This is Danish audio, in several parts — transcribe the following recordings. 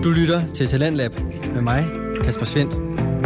Du lytter til Talentlab med mig, Kasper Svendt.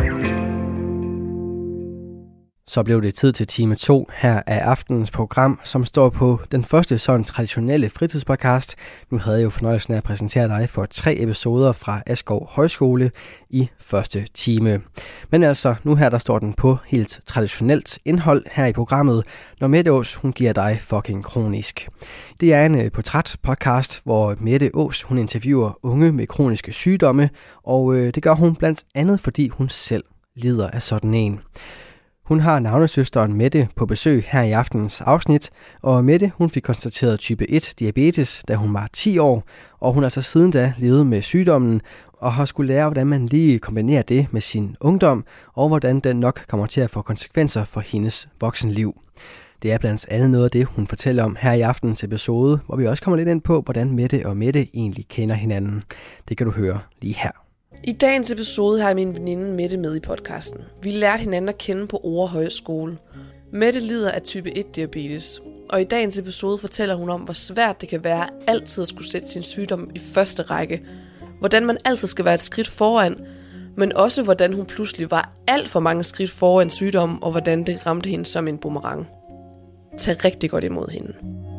Så blev det tid til time 2 her af aftenens program, som står på den første sådan traditionelle fritidspodcast. Nu havde jeg jo fornøjelsen af at præsentere dig for 3 episoder fra Askov Højskole i første time. Men altså, nu her der står den på helt traditionelt indhold her i programmet, når Mette Aas, hun giver dig fucking kronisk. Det er en portrætpodcast, hvor Mette Aas, hun interviewer unge med kroniske sygdomme, og det gør hun blandt andet, fordi hun selv lider af sådan en. Hun har navnesøsteren Mette på besøg her i aftenens afsnit, og Mette hun fik konstateret type 1 diabetes, da hun var 10 år, og hun har så siden da levet med sygdommen, og har skulle lære, hvordan man lige kombinerer det med sin ungdom, og hvordan den nok kommer til at få konsekvenser for hendes voksenliv. Det er blandt andet noget af det, hun fortæller om her i aftenens episode, hvor vi også kommer lidt ind på, hvordan Mette og Mette egentlig kender hinanden. Det kan du høre lige her. I dagens episode har jeg min veninde Mette med i podcasten. Vi lærte hinanden at kende på Ore Højskole. Mette lider af type 1 diabetes, og i dagens episode fortæller hun om, hvor svært det kan være altid at skulle sætte sin sygdom i første række. Hvordan man altid skal være et skridt foran, men også hvordan hun pludselig var alt for mange skridt foran sygdommen, og hvordan det ramte hende som en boomerang. Tag rigtig godt imod hende.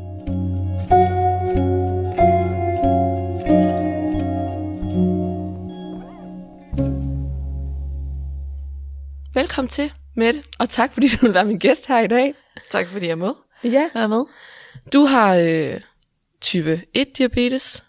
Velkommen til, Mette, og tak fordi du vil være min gæst her i dag. Tak fordi jeg må være med. Du har type 1 diabetes,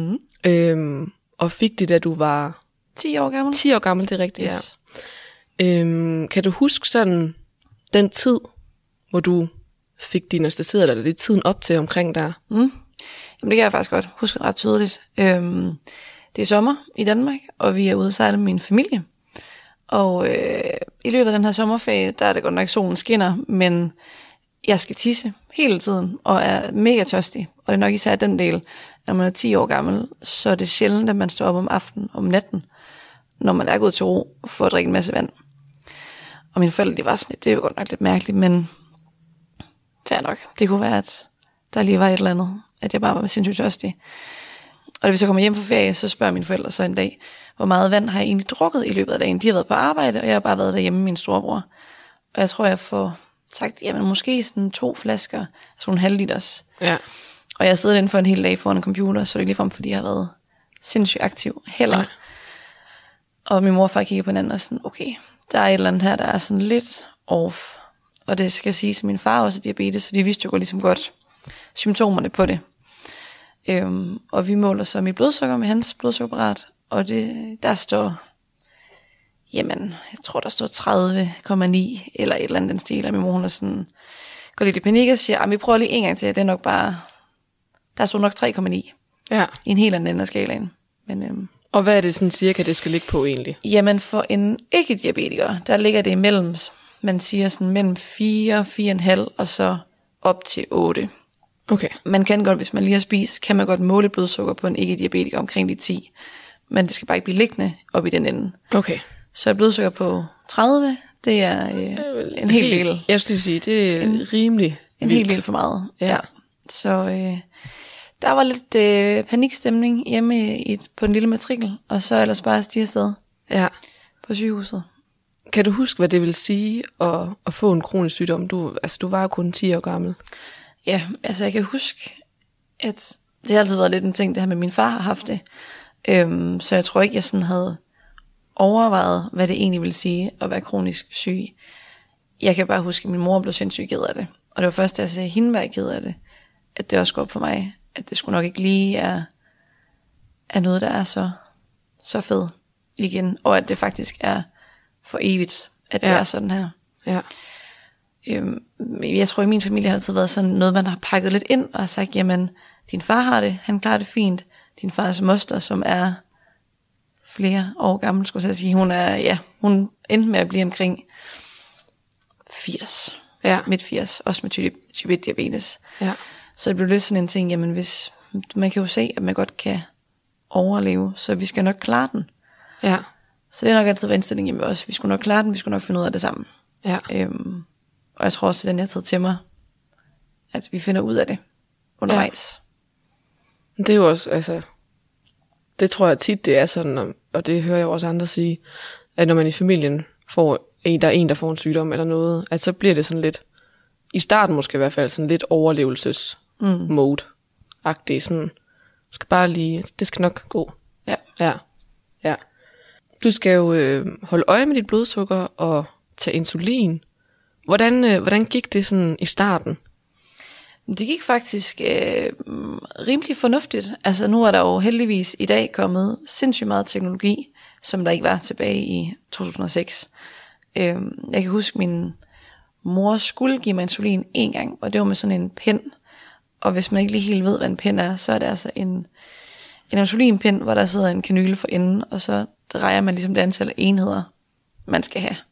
og fik det, da du var 10 år gammel. 10 år gammel, det er rigtigt, yes. Ja. Kan du huske sådan den tid, hvor du fik diagnosticeret, eller det tiden op til omkring der? Jamen det kan jeg faktisk godt huske ret tydeligt. Det er sommer i Danmark, og vi er ude at sejle med min familie. Og i løbet af den her sommerferie, der er det godt nok, solen skinner, men jeg skal tisse hele tiden, og er mega tørstig. Og det er nok især den del, når man er 10 år gammel, så er det sjældent, at man står op om aftenen, om natten, når man er gået til ro, for at drikke en masse vand. Og mine forældre, de var sådan lidt, det er jo godt nok lidt mærkeligt, men fair nok. Det kunne være, at der lige var et eller andet, at jeg bare var sindssygt tørstig. Og da vi så kommer hjem fra ferie, så spørger mine forældre så en dag, hvor meget vand har jeg egentlig drukket i løbet af dagen. De har været på arbejde, og jeg har bare været derhjemme med min storebror. Og jeg tror, jeg får sagt, jamen måske sådan 2 flasker, sådan en halv liters. Ja. Og jeg sidder inde for en hel dag foran en computer, så det er ligefrem, fordi jeg har været sindssygt aktiv heller. Ja. Og min mor og far kigger på hinanden og sådan, okay, der er et eller andet her, der er sådan lidt off. Og det skal sige, at min far også er diabetes, så de vidste jo godt ligesom godt symptomerne på det. Og vi måler så mit blodsukker med hans blodsukkerapparat, og der står, jamen, jeg tror der står 30,9 eller et eller andet den stil, og min mor hun er sådan, går lidt i panik og siger, vi prøver lige en gang til, det er nok bare, der står nok 3,9 ja. I en helt anden af skalaen. Men, og hvad er det sådan cirka, det skal ligge på egentlig? Jamen for en ikke-diabetiker, der ligger det imellem, man siger sådan mellem 4, 4,5 og så op til 8. Okay. Man kan godt, hvis man lige har spist, kan man godt måle blodsukker på en ikke-diabetiker omkring de 10. Men det skal bare ikke blive liggende op i den ende. Okay. Så et blodsukker på 30, det er en hel del. Jeg skulle sige, det er rimelig en hel del for meget. Ja. Så der var lidt panikstemning hjemme på den lille matrikel, og så ellers bare stige afsted på sygehuset. Kan du huske, hvad det vil sige at få en kronisk sygdom? Du var jo kun 10 år gammel. Ja, altså jeg kan huske, at det har altid været lidt en ting, det her med min far har haft det. Så jeg tror ikke, jeg sådan havde overvejet, hvad det egentlig ville sige at være kronisk syg. Jeg kan bare huske, at min mor blev sindssygt ked af det. Og det var først, da jeg sagde hende være ked af det, at det også går op for mig, at det skulle nok ikke lige er noget, der er så fed igen. Og at det faktisk er for evigt, at det er sådan her. Ja. Jeg tror, i min familie har altid været sådan noget, man har pakket lidt ind og sagt, jamen, din far har det, han klarer det fint. Din fars moster, som er flere år gammel, skulle jeg sige, hun endte med at blive omkring 80. Ja. Midt 80, også med type 1 diabetes. Ja. Så det blev lidt sådan en ting, jamen hvis, man kan jo se, at man godt kan overleve, så vi skal nok klare den. Ja. Så det er nok altid været indstillingen hjemme også. Vi skulle nok klare den, vi skulle nok finde ud af det sammen. Ja. Og jeg tror også, det er den, jeg har taget til mig, at vi finder ud af det undervejs. Ja. Det er jo også, altså, Det tror jeg tit, det er sådan, og det hører jeg også andre sige, at når man i familien får der er en, der får en sygdom eller noget, at så bliver det sådan lidt, i starten måske i hvert fald, sådan lidt overlevelses-mode-agtigt. Sådan, skal bare lige, det skal nok gå. Ja. Du skal jo holde øje med dit blodsukker og tage insulin. Hvordan gik det sådan i starten? Det gik faktisk rimelig fornuftigt. Altså nu er der jo heldigvis i dag kommet sindssygt meget teknologi, som der ikke var tilbage i 2006. Jeg kan huske, min mor skulle give mig insulin en gang, og det var med sådan en pind. Og hvis man ikke lige helt ved, hvad en pind er, så er det altså en insulinpind, hvor der sidder en kanyle for enden, og så drejer man ligesom det antal enheder, man skal have.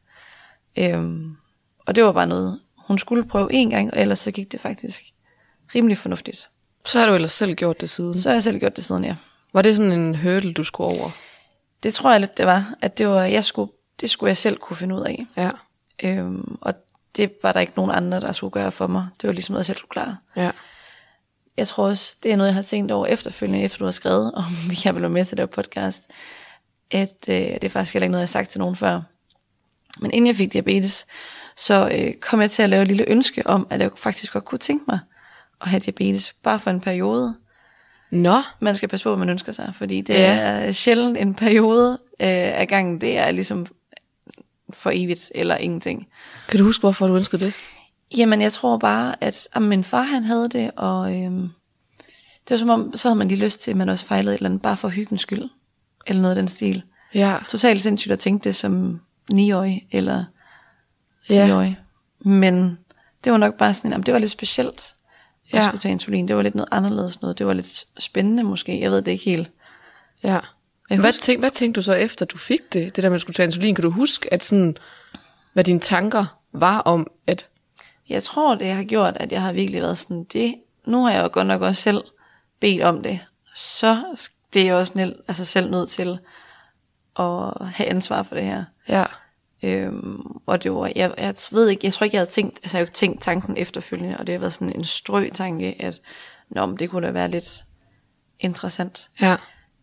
Og det var bare noget, hun skulle prøve en gang, og ellers så gik det faktisk rimelig fornuftigt. Så har du ellers selv gjort det siden? Så har jeg selv gjort det siden, ja. Var det sådan en hurdle, du skulle over? Det tror jeg lidt, det var. At det skulle jeg selv kunne finde ud af. Ja. Og det var der ikke nogen andre, der skulle gøre for mig. Det var ligesom noget, jeg selv skulle klare. Ja. Jeg tror også, det er noget, jeg har tænkt over efterfølgende, efter du har skrevet, om jeg vil være med til det her podcast, at det er faktisk heller ikke noget, jeg har sagt til nogen før. Men inden jeg fik diabetes, så kom jeg til at lave et lille ønske om, at jeg faktisk godt kunne tænke mig at have diabetes, bare for en periode. Nå. Man skal passe på, hvad man ønsker sig, fordi det er sjældent en periode af gangen, det er ligesom for evigt eller ingenting. Kan du huske, hvorfor du ønskede det? Jamen, jeg tror bare, at min far han havde det, og det var som om, så havde man lige lyst til, at man også fejlede et eller andet, bare for hyggens skyld, eller noget af den stil. Ja. Totalt sindssygt at tænke det som 9-årig eller 10-årig. Men det var nok bare sådan, det var lidt specielt at skulle tage insulin. Det var lidt noget anderledes noget. Det var lidt spændende måske. Jeg ved det ikke helt. Ja. Hvad tænkte du så efter du fik det der med at skulle tage insulin? Kan du huske, at sådan, hvad dine tanker var om, at... Jeg tror, det har gjort, at jeg har virkelig været sådan, nu har jeg jo godt nok også selv bedt om det. Så bliver jeg også selv nødt til at have ansvar for det her. Ja. Og det var, jeg ved ikke, jeg tror ikke, jeg havde tænkt, altså jeg har jo tænkt tanken efterfølgende, og det har været sådan en strøtanke, at det kunne da være lidt interessant. Ja.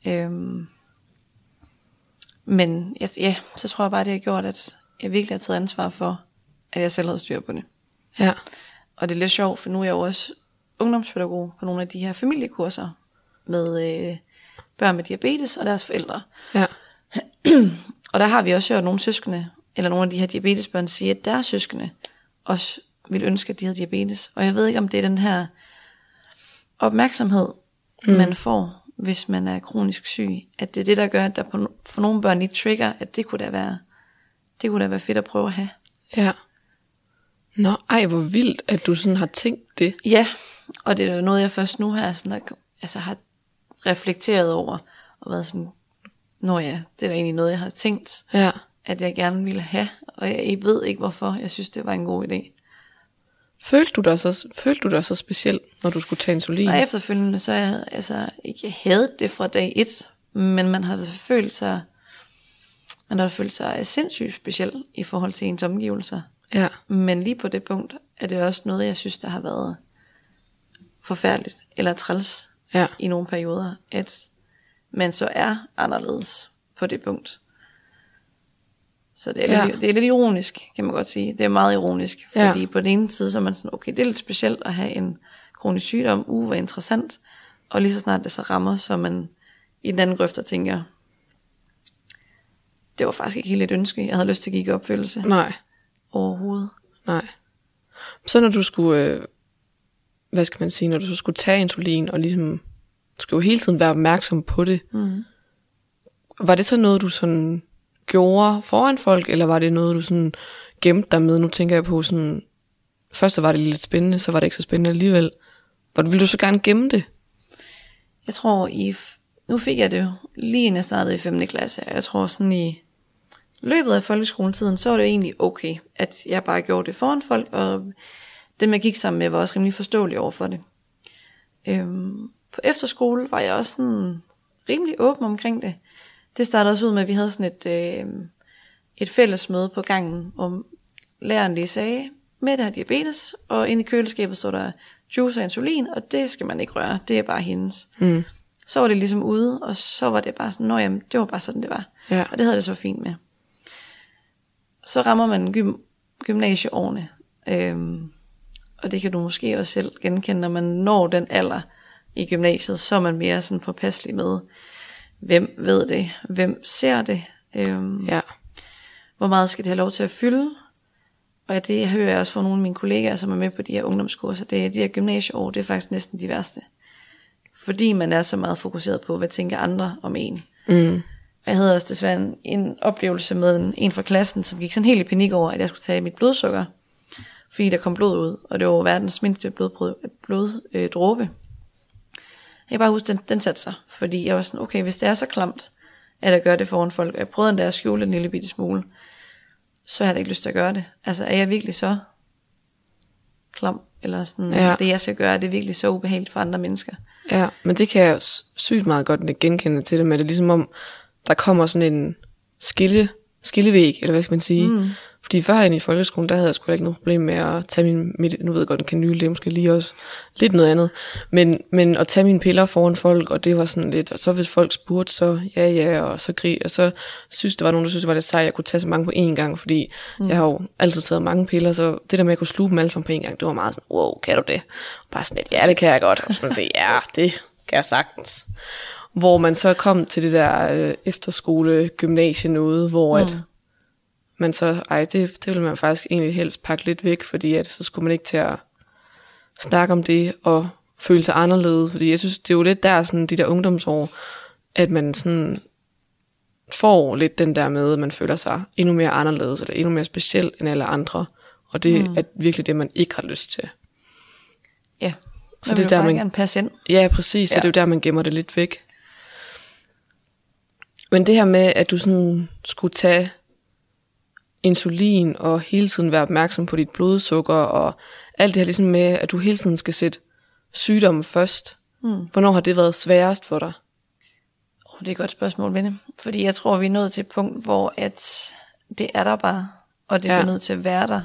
Men så tror jeg bare, det har gjort, at jeg virkelig har taget ansvar for, at jeg selv havde styr på det. Ja. Og det er lidt sjovt, for nu er jeg jo også ungdomspædagog på nogle af de her familiekurser med børn med diabetes og deres forældre. Ja. Og der har vi også hørt nogle søskende, eller nogle af de her diabetesbørn sige, at deres søskende også ville ønske, at de havde diabetes. Og jeg ved ikke, om det er den her opmærksomhed, man får, hvis man er kronisk syg. At det er det, der gør, at der for nogle børn lige trigger, at det kunne da være fedt at prøve at have. Ja. Nå, hvor vildt, at du sådan har tænkt det. Ja, og det er jo noget, jeg først nu har, har reflekteret over, og været sådan, det er da egentlig noget, jeg har tænkt, at jeg gerne ville have, og jeg ved ikke, hvorfor jeg synes, det var en god idé. Følte du dig så specielt, når du skulle tage insulin? Og efterfølgende, så jeg havde det fra dag 1, men man har da følt sig sindssygt speciel i forhold til ens omgivelser. Ja. Men lige på det punkt er det også noget, jeg synes, der har været forfærdeligt eller træls i nogle perioder, at man så er anderledes på det punkt. Så det er lidt ironisk, kan man godt sige. Det er meget ironisk, fordi på den ene side, så er man sådan, okay, det er lidt specielt at have en kronisk sygdom, hvor interessant, og lige så snart det så rammer, så man i den anden grøft tænker, det var faktisk ikke helt et ønske, jeg havde lyst til at give i opfyldelse. Nej. Overhovedet. Nej. Så når du skulle, når du så skulle tage insulin, og ligesom, du skulle jo hele tiden være opmærksom på det, var det så noget, du sådan gjorde foran folk, eller var det noget, du sådan gemte dig med? Nu tænker jeg på sådan, først så var det lidt spændende, så var det ikke så spændende alligevel. Ville du så gerne gemme det? Jeg tror, nu fik jeg det jo lige inden jeg startede i 5. klasse, jeg tror sådan i løbet af folkeskoletiden, så var det egentlig okay, at jeg bare gjorde det foran folk, og dem jeg gik sammen med var også rimelig forståelige over for det. På efterskole var jeg også sådan rimelig åben omkring det. Det startede også ud med, at vi havde sådan et fælles møde på gangen, om læreren lige sagde, Mette har diabetes, og inde i køleskabet står der juice og insulin, og det skal man ikke røre, det er bare hendes. så var det ligesom ude, og så var det bare sådan, jamen, det var bare sådan, det var. Ja. Og det havde det så fint med. Så rammer man gymnasieårene, og det kan du måske også selv genkende, når man når den alder i gymnasiet, så er man mere sådan påpasselig med, hvem ved det, hvem ser det, hvor meget skal det have lov til at fylde. Og det hører jeg også fra nogle af mine kollegaer, som er med på de her ungdomskurser, de her gymnasieår, det er faktisk næsten de værste. Fordi man er så meget fokuseret på, hvad tænker andre om en. Og jeg havde også desværre en oplevelse med en fra klassen, som gik sådan helt i panik over, at jeg skulle tage mit blodsukker, fordi der kom blod ud, og det var verdens mindste bloddråbe. Jeg kan bare huske, den satte sig, fordi jeg var sådan, okay, hvis det er så klamt, at jeg gør det foran folk, og jeg prøvede endda at skjule en lille bitte smule, så har jeg ikke lyst til at gøre det. Altså, er jeg virkelig så klam, eller sådan, det jeg skal gøre, er det virkelig så ubehageligt for andre mennesker? Ja, men det kan jeg sygt meget godt genkende til det med. Det er ligesom om, der kommer sådan en skillevæg, eller hvad skal man sige. Fordi førhen i folkeskolen, der havde jeg sgu ikke noget problem med at tage nu ved jeg godt, en kanyle, det er måske lige også lidt noget andet, men at tage mine piller foran folk, og det var sådan lidt, og så hvis folk spurgte, så ja, og så synes der var nogen, der synes det var lidt sejt, at jeg kunne tage så mange på én gang, fordi jeg har jo altid taget mange piller, så det der med at kunne sluge dem alle sammen på én gang, det var meget sådan, wow, kan du det? Og bare sådan lidt, ja, det kan jeg godt, og så det, ja, det kan jeg sagtens. Hvor man så kom til det der efterskole, gymnasie noget, hvor at men så, det ville man faktisk egentlig helst pakke lidt væk, fordi at, så skulle man ikke til at snakke om det, og føle sig anderledes, fordi jeg synes, det er jo lidt der, sådan de der ungdomsår, at man sådan får lidt den der med, at man føler sig endnu mere anderledes, eller endnu mere speciel end alle andre, og det er virkelig det, man ikke har lyst til. Ja, så det er der, man gerne passe ind. Ja, præcis, så det er jo der, man gemmer det lidt væk. Men det her med, at du sådan skulle tage insulin og hele tiden være opmærksom på dit blodsukker og alt det her ligesom med, at du hele tiden skal sætte sygdommen først. Hvornår har det været sværest for dig? Det er et godt spørgsmål, Venne. Fordi jeg tror, vi er nået til et punkt, hvor at det er der bare, og det er nødt til at være der.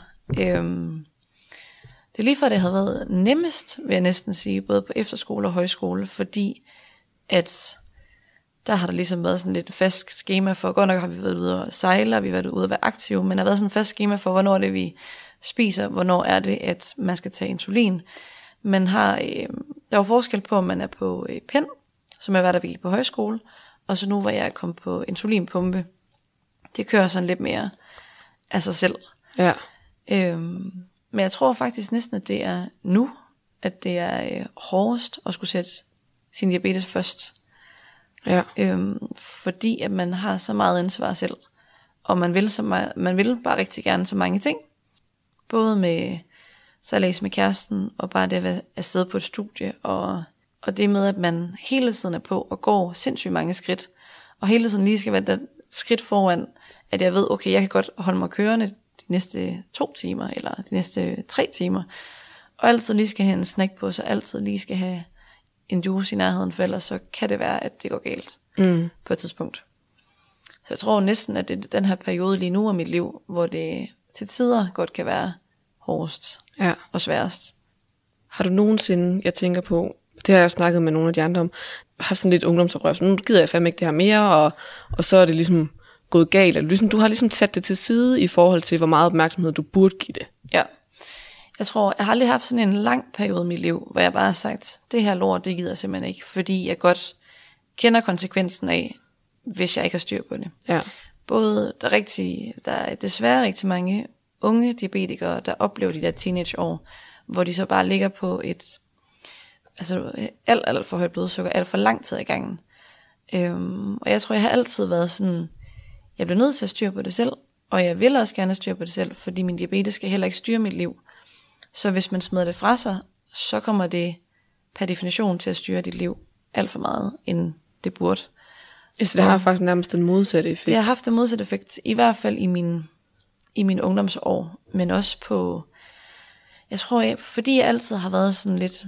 Det er lige for, at det havde været nemmest, vil jeg næsten sige, både på efterskole og højskole, fordi at der har der ligesom været sådan lidt fast skema for, godt nok har vi været ude og sejle, og vi har været ude at være aktive, men der har været sådan et fast skema for, hvornår det vi spiser, hvornår er det, at man skal tage insulin. Man har, der var forskel på, om man er på pen, som jeg var, da vi gik på højskole, og så nu var jeg kommet på insulinpumpe. Det kører sådan lidt mere af sig selv. Ja. Men jeg tror faktisk næsten, at det er nu, at det er hårdest at skulle sætte sin diabetes først. Ja. Fordi at man har så meget ansvar selv, og man vil bare rigtig gerne så mange ting, både med sejlads med kæresten, og bare det at være afsted på et studie, og det med at man hele tiden er på og går sindssygt mange skridt, og hele tiden lige skal være der skridt foran, at jeg ved, okay, jeg kan godt holde mig kørende de næste 2 timer, eller de næste 3 timer, og altid lige skal have en snack på, så altid lige skal have en juice i nærheden, for ellers så kan det være, at det går galt på et tidspunkt. Så jeg tror næsten, at det er den her periode lige nu af mit liv, hvor det til tider godt kan være hårdest og sværest. Har du nogensinde, jeg tænker på, det har jeg snakket med nogle af de andre om, haft sådan lidt ungdomsoprør, så nu gider jeg fandme ikke det her mere, og så er det ligesom gået galt, eller ligesom, du har ligesom sat det til side i forhold til, hvor meget opmærksomhed du burde give det. Ja. Jeg tror, jeg har aldrig haft sådan en lang periode i mit liv, hvor jeg bare har sagt, det her lort, det gider jeg simpelthen ikke, fordi jeg godt kender konsekvensen af, hvis jeg ikke har styr på det. Ja. Både der er desværre rigtig mange unge diabetikere, der oplever de der teenageår, hvor de så bare ligger på et alt for højt blodsukker, alt for lang tid i gangen. Og jeg tror, jeg har altid været sådan, jeg bliver nødt til at styre på det selv, og jeg vil også gerne styre på det selv, fordi min diabetes skal heller ikke styre mit liv. Så hvis man smider det fra sig, så kommer det per definition til at styre dit liv alt for meget, end det burde. Ja, så det har faktisk nærmest den modsatte effekt. Det har haft den modsatte effekt, i hvert fald i min ungdomsår, men også på, jeg tror, fordi jeg altid har været sådan lidt,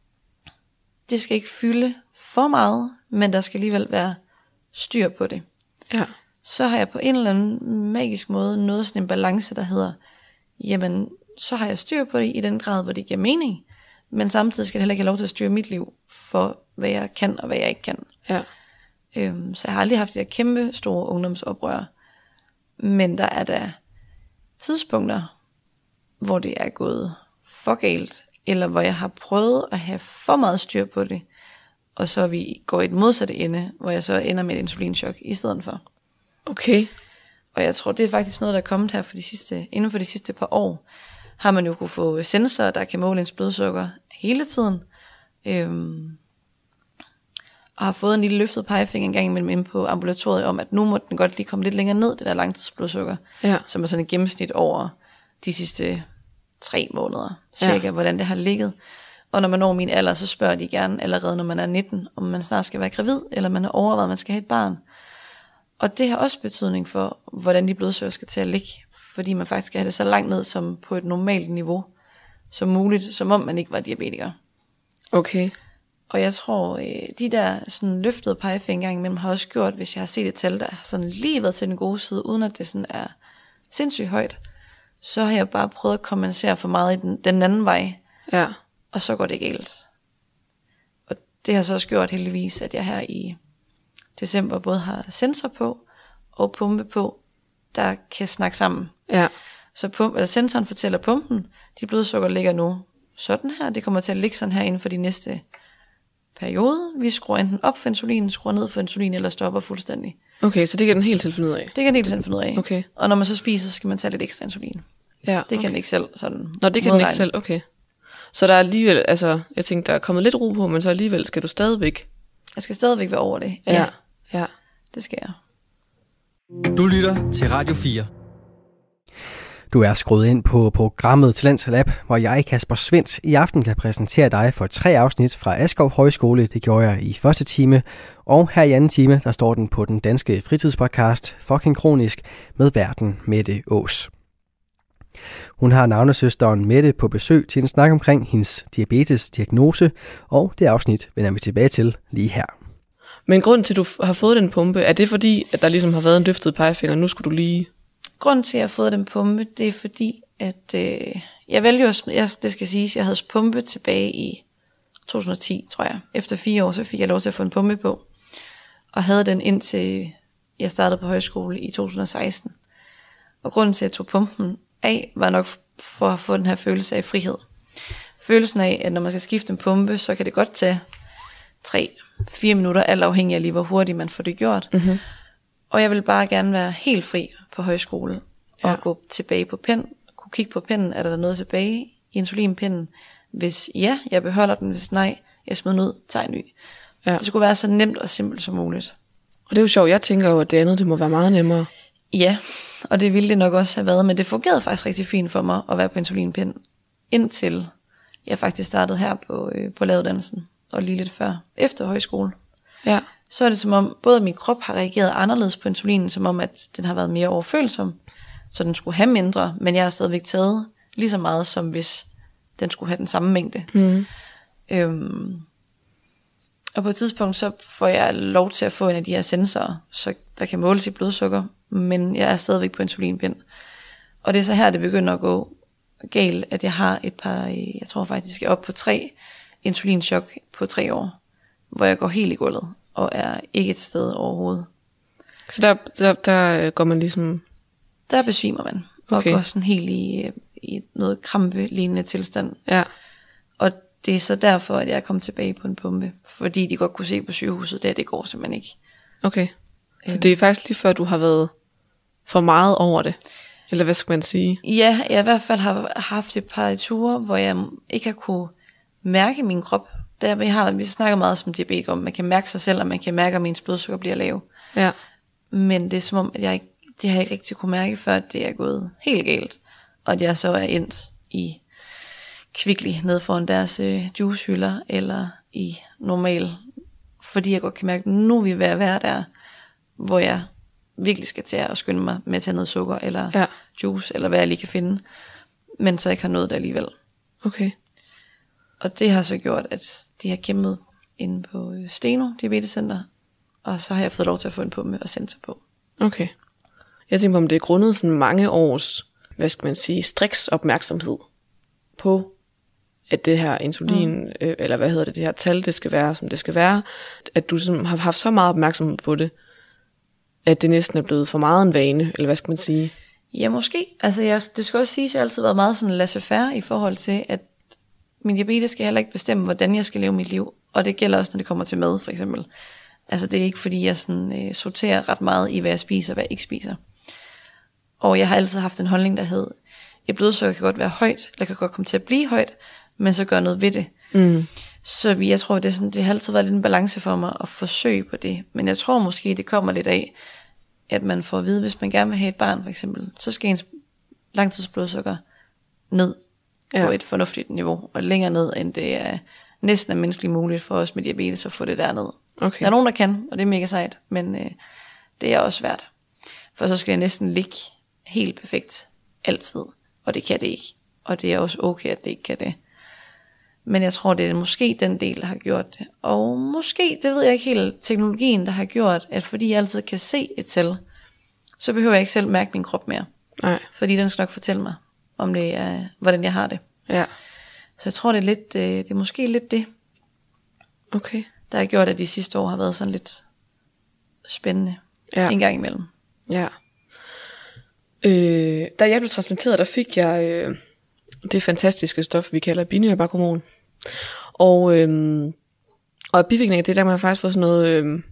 det skal ikke fylde for meget, men der skal alligevel være styr på det. Ja. Så har jeg på en eller anden magisk måde nået sådan en balance, der hedder, jamen, så har jeg styr på det i den grad, hvor det giver mening, men samtidig skal det heller ikke have lov til at styre mit liv, for hvad jeg kan og hvad jeg ikke kan. Ja. Så jeg har aldrig haft de der kæmpe store ungdomsoprør. Men der er da tidspunkter, hvor det er gået for galt, eller hvor jeg har prøvet at have for meget styr på det, og så vi går i et modsatte ende, hvor jeg så ender med et insulinchok i stedet for. Okay. Og jeg tror, det er faktisk noget, der er kommet her inden for de sidste par år. Har man jo kunne få sensorer, der kan måle ens blodsukker hele tiden. Og har fået en lille løftet pegefinger en gang imellem inde på ambulatoriet om, at nu må den godt lige komme lidt længere ned, det der langtidsblodsukker. Ja. Som er sådan et gennemsnit over de sidste 3 måneder, cirka, hvordan det har ligget. Og når man når min alder, så spørger de gerne allerede, når man er 19, om man snart skal være gravid, eller man har overvejet, at man skal have et barn. Og det har også betydning for, hvordan de blodsukker skal til at ligge, fordi man faktisk skal have det så langt ned som på et normalt niveau som muligt, som om man ikke var diabetiker. Okay. Og jeg tror, de der sådan løftede pegefinger engang imellem har også gjort, hvis jeg har set et tal, der har sådan lige været til den gode side, uden at det sådan er sindssygt højt, så har jeg bare prøvet at kompensere for meget i den anden vej. Ja. Og så går det galt. Og det har så også gjort heldigvis, at jeg her i december både har sensor på og pumpe på, der kan snakke sammen. Ja. Så sensoren fortæller pumpen, de blodsukker ligger nu sådan her. Det kommer til at ligge sådan her inden for de næste periode. Vi skruer enten op for insulin, skruer ned for insulin, eller stopper fuldstændig. Okay, så det kan den helt selv finde ud af? Det kan den helt selv finde ud af. Okay. Og når man så spiser, så skal man tage lidt ekstra insulin. Ja, okay. Det kan den ikke selv sådan. Nå, det kan den ikke selv, okay. Så der er alligevel, altså, jeg tænkte, der er kommet lidt ro på, men så alligevel skal du stadigvæk. Jeg skal stadigvæk være over det. Ja. Det skal jeg. Du lytter til Radio 4. Du er skruet ind på programmet Talent Lab, hvor jeg, Kasper Svendt, i aften kan præsentere dig for 3 afsnit fra Askov Højskole. Det gjorde jeg i første time, og her i anden time, der står den på den danske fritidspodcast Fucking Kronisk med værten Mette Aas. Hun har navnesøsteren Mette på besøg til en snak omkring hendes diabetesdiagnose, og det afsnit vender vi tilbage til lige her. Men grunden til, at du har fået den pumpe, er det fordi, at der ligesom har været en løftet pegefinger, nu skulle du lige... Grunden til, at jeg har fået den pumpe, det er fordi, at jeg valgte jo, det skal siges, jeg havde pumpe tilbage i 2010, tror jeg. Efter 4 år, så fik jeg lov til at få en pumpe på, og havde den indtil jeg startede på højskole i 2016. Og grunden til, at jeg tog pumpen af, var nok for at få den her følelse af frihed. Følelsen af, at når man skal skifte en pumpe, så kan det godt tage 3-4 minutter, alt afhængig af lige, hvor hurtigt man får det gjort. Mm-hmm. Og jeg vil bare gerne være helt fri på højskole, og gå tilbage på pen, kunne kigge på pennen, er der noget tilbage i insulinpinden? Hvis ja, jeg beholder den, hvis nej, jeg smider den ud, tager en ny. Ja. Det skulle være så nemt og simpelt som muligt. Og det er jo sjovt, jeg tænker jo, at det andet, det må være meget nemmere. Ja, og det ville det nok også have været, men det fungerede faktisk rigtig fint for mig at være på insulinpind, indtil jeg faktisk startede her på læreruddannelsen, og lige lidt før, efter højskole. Ja. Så er det som om, både min krop har reageret anderledes på insulinen, som om, at den har været mere overfølsom, så den skulle have mindre, men jeg har stadigvæk taget lige så meget, som hvis den skulle have den samme mængde. Mm. Og på et tidspunkt, så får jeg lov til at få en af de her sensorer, så der kan måle sit blodsukker, men jeg er stadigvæk på insulinpind. Og det er så her, det begynder at gå galt, at jeg har et par, jeg tror faktisk, jeg er oppe på 3 insulinchok på 3 år, hvor jeg går helt i gulvet, og er ikke til stede overhovedet. Så der går man ligesom... Der besvimer man, og går sådan helt i noget krampe-lignende tilstand. Ja. Og det er så derfor, at jeg er kommet tilbage på en pumpe, fordi de godt kunne se på sygehuset, det går simpelthen ikke. Okay, så det er faktisk lige før, du har været for meget over det, eller hvad skal man sige? Ja, jeg i hvert fald har haft et par ture, hvor jeg ikke har kunne mærke min krop. Vi snakker meget som diabetikere om, man kan mærke sig selv, og man kan mærke, om ens blodsukker bliver lav. Ja. Men det er som om, at det har jeg ikke rigtig kunne mærke, før det er gået helt galt. Og at jeg så er endt i Kvickly ned foran deres juicehylder, eller i normal, fordi jeg godt kan mærke, at nu er vi ved at være der, hvor jeg virkelig skal til at skynde mig med at tage noget sukker, eller juice, eller hvad jeg lige kan finde, men så ikke har noget der alligevel. Okay. Og det har så gjort, at de har kæmpet inde på Steno Diabetescenter, og så har jeg fået lov til at få en pumpe og sensor på. Okay. Jeg tænker på, om det er grundet sådan mange års, hvad skal man sige, striks opmærksomhed på at det her insulin, eller hvad hedder det her tal, det skal være, som det skal være, at du sådan har haft så meget opmærksomhed på det, at det næsten er blevet for meget en vane, eller hvad skal man sige? Ja, måske. Altså, det skal også siges, at jeg altid har været meget sådan laissez-faire i forhold til, at min diabetes skal heller ikke bestemme, hvordan jeg skal leve mit liv. Og det gælder også, når det kommer til mad, for eksempel. Altså, det er ikke, fordi jeg sådan, sorterer ret meget i, hvad jeg spiser og hvad jeg ikke spiser. Og jeg har altid haft en holdning, der hed, et blodsukker kan godt være højt, eller kan godt komme til at blive højt, men så gør noget ved det. Så jeg tror, det har altid været lidt en balance for mig at forsøge på det. Men jeg tror måske, det kommer lidt af, at man får at vide, hvis man gerne vil have et barn for eksempel, så skal ens langtidsblodsukker ned på et fornuftigt niveau, og længere ned, end det er næsten er menneskeligt muligt for os med diabetes at få det derned. Okay. Der er nogen, der kan, og det er mega sejt, men det er også svært. For så skal det næsten ligge helt perfekt altid, og det kan det ikke. Og det er også okay, at det ikke kan det. Men jeg tror, det er måske den del, der har gjort det. Og måske, det ved jeg ikke helt, teknologien, der har gjort, at fordi jeg altid kan se et tal, så behøver jeg ikke selv mærke min krop mere. Nej. Fordi den skal nok fortælle mig, om det er, hvordan jeg har det. Ja. Så jeg tror, det er lidt, det er måske lidt det, Okay. der har gjort, at de sidste år har været sådan lidt spændende. En gang imellem. Ja. Da jeg blev transplanteret, der fik jeg det fantastiske stof, vi kalder binyrbarkhormon. Og bivirkningen af det, der man har faktisk fået sådan noget,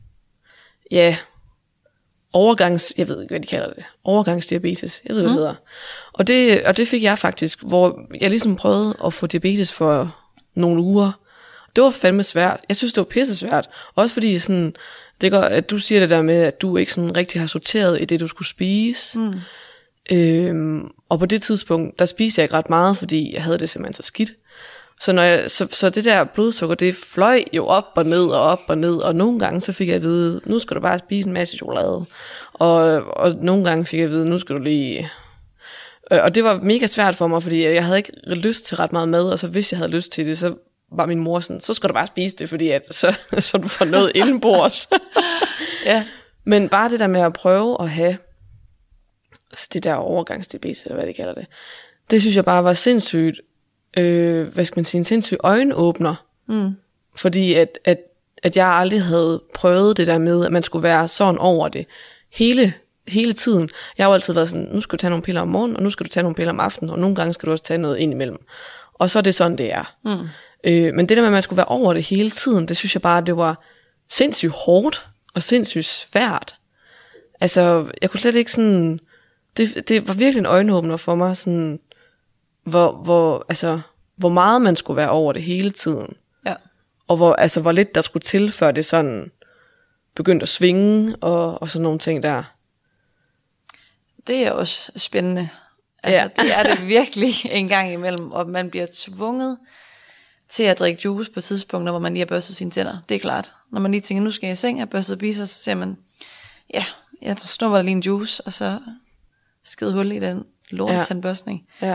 jeg ved ikke, hvad de kalder det, overgangsdiabetes, jeg ved, hvad det hedder. Og det fik jeg faktisk, hvor jeg ligesom prøvede at få diabetes for nogle uger. Det var fandme svært. Jeg synes, det var pisse svært. Også fordi sådan, det gør, at du siger det der med, at du ikke sådan rigtig har sorteret i det, du skulle spise. Og på det tidspunkt, der spiste jeg ikke ret meget, fordi jeg havde det simpelthen så skidt. Så det der blodsukker, det fløj jo op og ned og op og ned, og nogle gange så fik jeg at vide, nu skal du bare spise en masse chokolade. Og nogle gange fik jeg at vide, nu skal du lige... Og det var mega svært for mig, fordi jeg havde ikke lyst til ret meget mad, og så hvis jeg havde lyst til det, så var min mor sådan, så skal du bare spise det, fordi at, så du får noget indenbords. Ja. Men bare det der med at prøve at have det der overgangsdiabetes, eller hvad de kalder det, det synes jeg bare var sindssygt, hvad skal man sige, en sindssyg øjenåbner. Fordi at jeg aldrig havde prøvet det der med, at man skulle være sådan over det hele tiden. Jeg har jo altid været sådan, nu skal du tage nogle piller om morgenen, og nu skal du tage nogle piller om aftenen, og nogle gange skal du også tage noget ind imellem. Og så er det sådan, det er. Men det der med, at man skulle være over det hele tiden, det synes jeg bare, det var sindssygt hårdt, og sindssygt svært. Altså, jeg kunne slet ikke sådan... Det var virkelig en øjenåbner for mig, sådan, hvor meget man skulle være over det hele tiden. Ja. Og hvor lidt der skulle til, før det sådan begyndte at svinge, og sådan nogle ting der. Det er også spændende. Altså, det er det virkelig en gang imellem, og man bliver tvunget til at drikke juice på tidspunkter, hvor man lige har børstet sine tænder. Det er klart. Når man lige tænker, nu skal jeg i seng, have børstet biser, så siger man, jeg snupper der lige en juice, og så skide hul i den lortetandbørstning. Ja.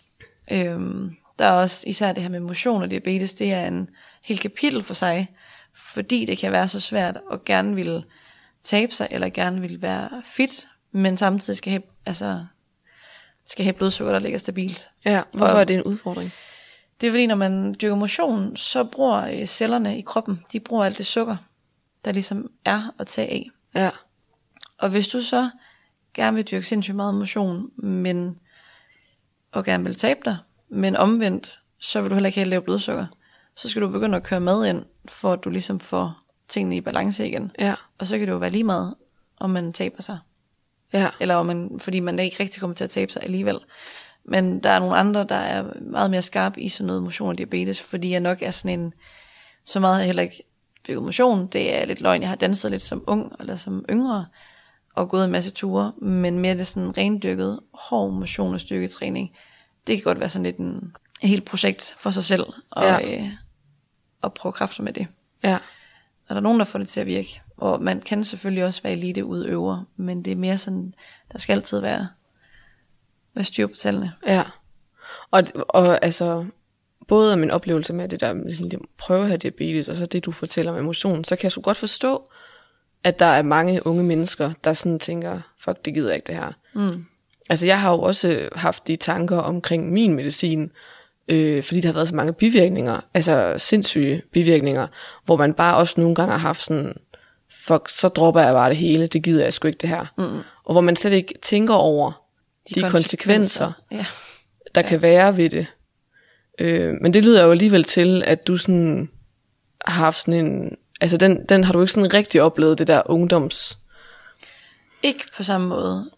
Der er også især det her med motion og diabetes, det er en helt kapitel for sig, fordi det kan være så svært at gerne ville tabe sig, eller gerne ville være fit, men samtidig skal have blodsukker, der ligger stabilt. Ja, hvorfor er det en udfordring? Det er fordi, når man dyrker motion, så bruger cellerne i kroppen, de bruger alt det sukker, der ligesom er at tage af. Ja. Og hvis du så gerne vil dyrke sindssygt meget motion, og gerne vil tabe dig, men omvendt, så vil du heller ikke have lavt blodsukker, så skal du begynde at køre mad ind, for at du ligesom får tingene i balance igen. Ja. Og så kan det jo være lige meget, om man taber sig. Ja. Eller fordi man ikke rigtig kommer til at tabe sig alligevel. Men der er nogle andre, der er meget mere skarpe i sådan noget motion og diabetes, fordi jeg nok er sådan en, så meget har jeg heller ikke dyrket motion. Det er lidt løgn, jeg har danset lidt som ung, eller som yngre, og gået en masse ture, men mere det sådan rendyrket, hård motion og styrketræning. Det kan godt være sådan lidt et helt projekt for sig selv, og prøve kræfter med det. Ja. Og der er nogen, der får det til at virke. Og man kan selvfølgelig også være eliteudøver, men det er mere sådan, der skal altid være styr på tallene. Ja. Og altså, både af min oplevelse med det der, ligesom, prøve at have diabetes, og så det, du fortæller med emotion, så kan jeg så godt forstå, at der er mange unge mennesker, der sådan tænker, fuck, det gider jeg ikke det her. Altså, jeg har jo også haft de tanker omkring min medicin, fordi der har været så mange bivirkninger, altså sindssyge bivirkninger, hvor man bare også nogle gange har haft sådan, fuck, så dropper jeg bare det hele, det gider jeg sgu ikke det her. Og hvor man slet ikke tænker over de konsekvenser der kan være ved det. Men det lyder jo alligevel til, at du sådan har haft sådan en, altså den har du ikke sådan rigtig oplevet, det der ungdoms... Ikke på samme måde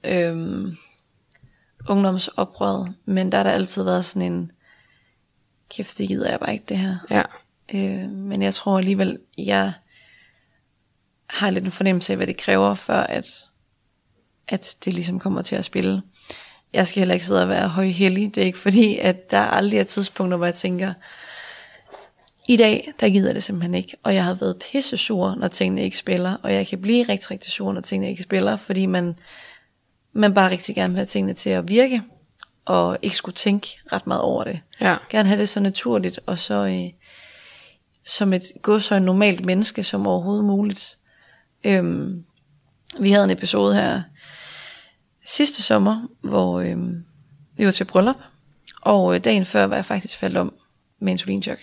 ungdomsoprøret, men der har der altid været sådan en, kæft, det gider jeg bare ikke det her. Ja. Men jeg tror alligevel, jeg har lidt en fornemmelse af, hvad det kræver, for at det ligesom kommer til at spille. Jeg skal heller ikke sidde og være højhellig. Det er ikke fordi, at der aldrig er tidspunkter, hvor jeg tænker, i dag, der gider det simpelthen ikke. Og jeg har været pisse sur, når tingene ikke spiller. Og jeg kan blive rigtig, rigtig sur, når tingene ikke spiller. Fordi man bare rigtig gerne vil have tingene til at virke. Og ikke skulle tænke ret meget over det. Ja. Gerne have det så naturligt. Og så som et normalt menneske, som overhovedet muligt. Vi havde en episode her sidste sommer, hvor vi var til bryllup, og dagen før var jeg faktisk faldet om med insulinchok.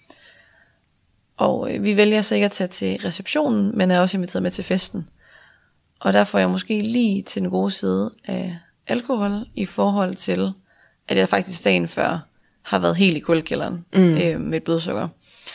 Og vi vælger så ikke at tage til receptionen, men er også inviteret med til festen. Og der får jeg måske lige til den gode side af alkohol, i forhold til, at jeg faktisk dagen før har været helt i kuldekælderen med et blodsukker.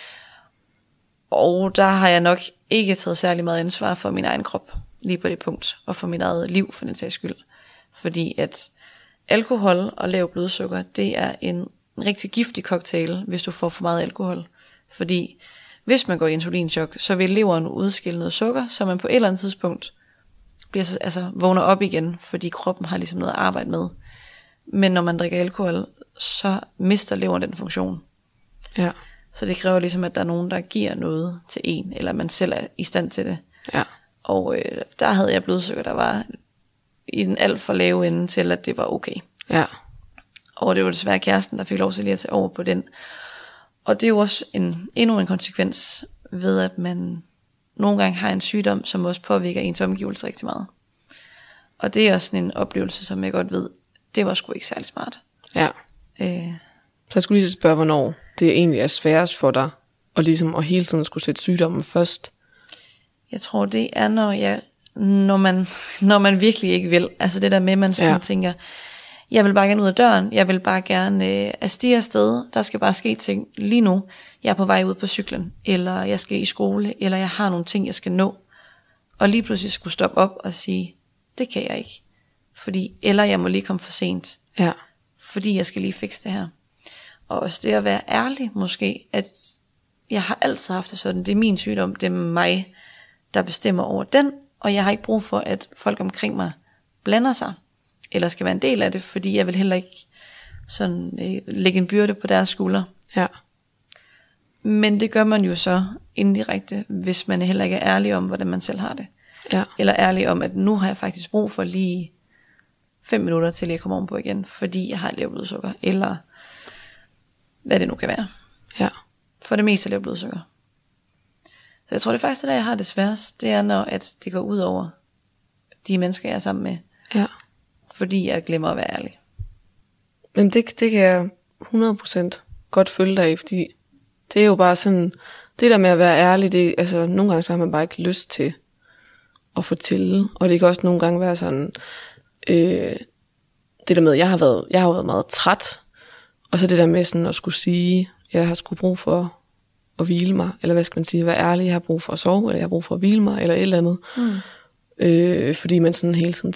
Og der har jeg nok ikke taget særlig meget ansvar for min egen krop, lige på det punkt, og for mit eget liv, for den sags skyld. Fordi at alkohol og lav blodsukker, det er en rigtig giftig cocktail, hvis du får for meget alkohol. Fordi hvis man går i insulinchok, så vil leveren udskille noget sukker, så man på et eller andet tidspunkt vågner op igen, fordi kroppen har ligesom noget at arbejde med. Men når man drikker alkohol, så mister leveren den funktion. Ja. Så det kræver ligesom, at der er nogen, der giver noget til en, eller man selv er i stand til det. Ja. Og der havde jeg blodsukker, der var i den alt for lave ende til, at det var okay. Ja. Og det var desværre kæresten, der fik lov til lige at tage over på den. Og det er jo også endnu en konsekvens ved, at man nogle gange har en sygdom, som også påvirker ens omgivelser rigtig meget. Og det er også sådan en oplevelse, som jeg godt ved, det var sgu ikke særlig smart. Ja. Så jeg skulle lige spørge, hvornår det egentlig er sværest for dig, og ligesom at hele tiden skulle sætte sygdommen først. Jeg tror, det er, når man virkelig ikke vil. Altså det der med, man sådan tænker, jeg vil bare gerne ud af døren, jeg vil bare gerne afstige afsted, der skal bare ske ting lige nu. Jeg er på vej ud på cyklen, eller jeg skal i skole, eller jeg har nogle ting, jeg skal nå. Og lige pludselig skulle stoppe op og sige, det kan jeg ikke. Eller jeg må lige komme for sent. Ja. Fordi jeg skal lige fikse det her. Og også det at være ærlig måske, at jeg har altid haft det sådan, det er min sygdom, det er mig, der bestemmer over den, og jeg har ikke brug for, at folk omkring mig blander sig, eller skal være en del af det, fordi jeg vil heller ikke sådan lægge en byrde på deres skuldre. Ja. Men det gør man jo så indirekte, hvis man heller ikke er ærlig om, hvordan man selv har det. Ja. Eller ærlig om, at nu har jeg faktisk brug for lige 5 minutter til jeg kommer ovenpå igen, fordi jeg har et lavt blodsukker, eller hvad det nu kan være. Ja. For det meste lavt blodsukker. Så jeg tror det faktisk, det jeg har det sværest, det er når at det går ud over de mennesker jeg er sammen med. Ja. Fordi jeg glemmer at være ærlig. Men det kan jeg 100% godt følge dig i, fordi det er jo bare sådan, det der med at være ærlig, det, altså nogle gange så har man bare ikke lyst til at fortælle, og det kan også nogle gange være sådan, det der med, jeg har været meget træt, og så det der med sådan at skulle sige, jeg har sgu brug for at hvile mig, eller hvad skal man sige, være ærlig, jeg har brug for at sove, eller jeg har brug for at hvile mig, eller et eller andet. Fordi man sådan hele tiden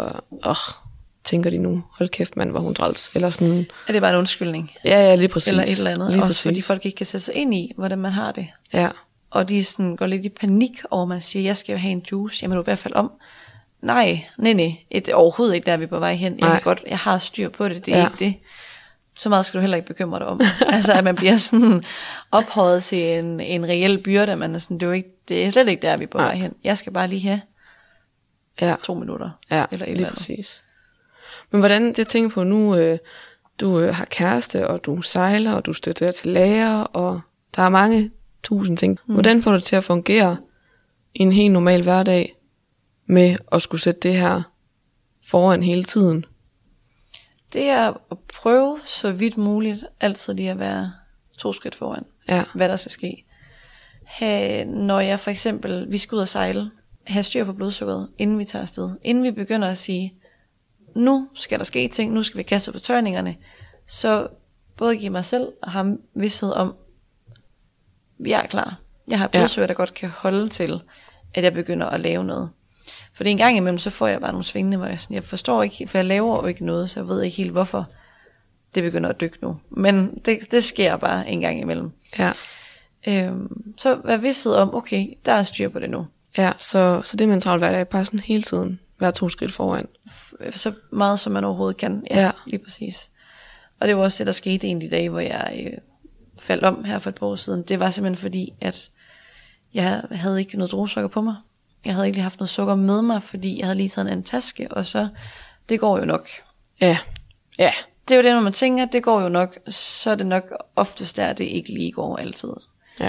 tænker de nu, hold kæft mand, hvor hun træls, eller sådan. Er det bare en undskyldning? Ja, lige præcis. Eller et eller andet, lige også præcis. fordi folk ikke kan sætte sig ind i, hvordan man har det. Ja. Og de sådan går lidt i panik over, man siger, jeg skal jo have en juice, jamen du er i hvert fald om. Nej, det er overhovedet ikke der, vi er på vej hen. Jeg har styr på det, det er ikke det. Så meget skal du heller ikke bekymre dig om. Altså at man bliver sådan ophøjet til en reel byrde, man er sådan, det er slet ikke der, vi er på vej hen. Jeg skal bare lige have 2 minutter. Ja, eller lige præcis. Men hvordan, jeg tænker på nu, du har kæreste, og du sejler, og du støtter til lærer, og der er mange tusind ting. Hvordan får du det til at fungere i en helt normal hverdag, med at skulle sætte det her foran hele tiden? Det er at prøve så vidt muligt altid lige at være 2 skridt foran, hvad der skal ske. Når jeg for eksempel, vi skal ud og sejle, have styr på blodsukkeret, inden vi tager afsted. Inden vi begynder at sige, nu skal der ske ting, nu skal vi kaste på tørningerne, så både give mig selv og ham vidsthed om, jeg er klar. Jeg har blodsukker, der godt kan holde til, at jeg begynder at lave noget. For en gang imellem, så får jeg bare nogle svingende, hvor jeg forstår ikke, for jeg laver jo ikke noget, så jeg ved ikke helt, hvorfor det begynder at dykke nu. Men det sker bare en gang imellem. Ja. Så vær vidsthed om, okay, der er styr på det nu. Ja, så det mentalt hverdag, bare sådan hele tiden være 2 skridt foran. Så meget som man overhovedet kan. Ja, lige præcis. Og det var også det, der skete en af de dage, hvor jeg faldt om her for et par år siden. Det var simpelthen fordi, at jeg havde ikke noget druesukker på mig. Jeg havde ikke lige haft noget sukker med mig, fordi jeg havde lige taget en taske, og så, det går jo nok. Ja. Det er jo det, når man tænker, det går jo nok, så er det nok oftest der, det ikke lige går altid. Ja.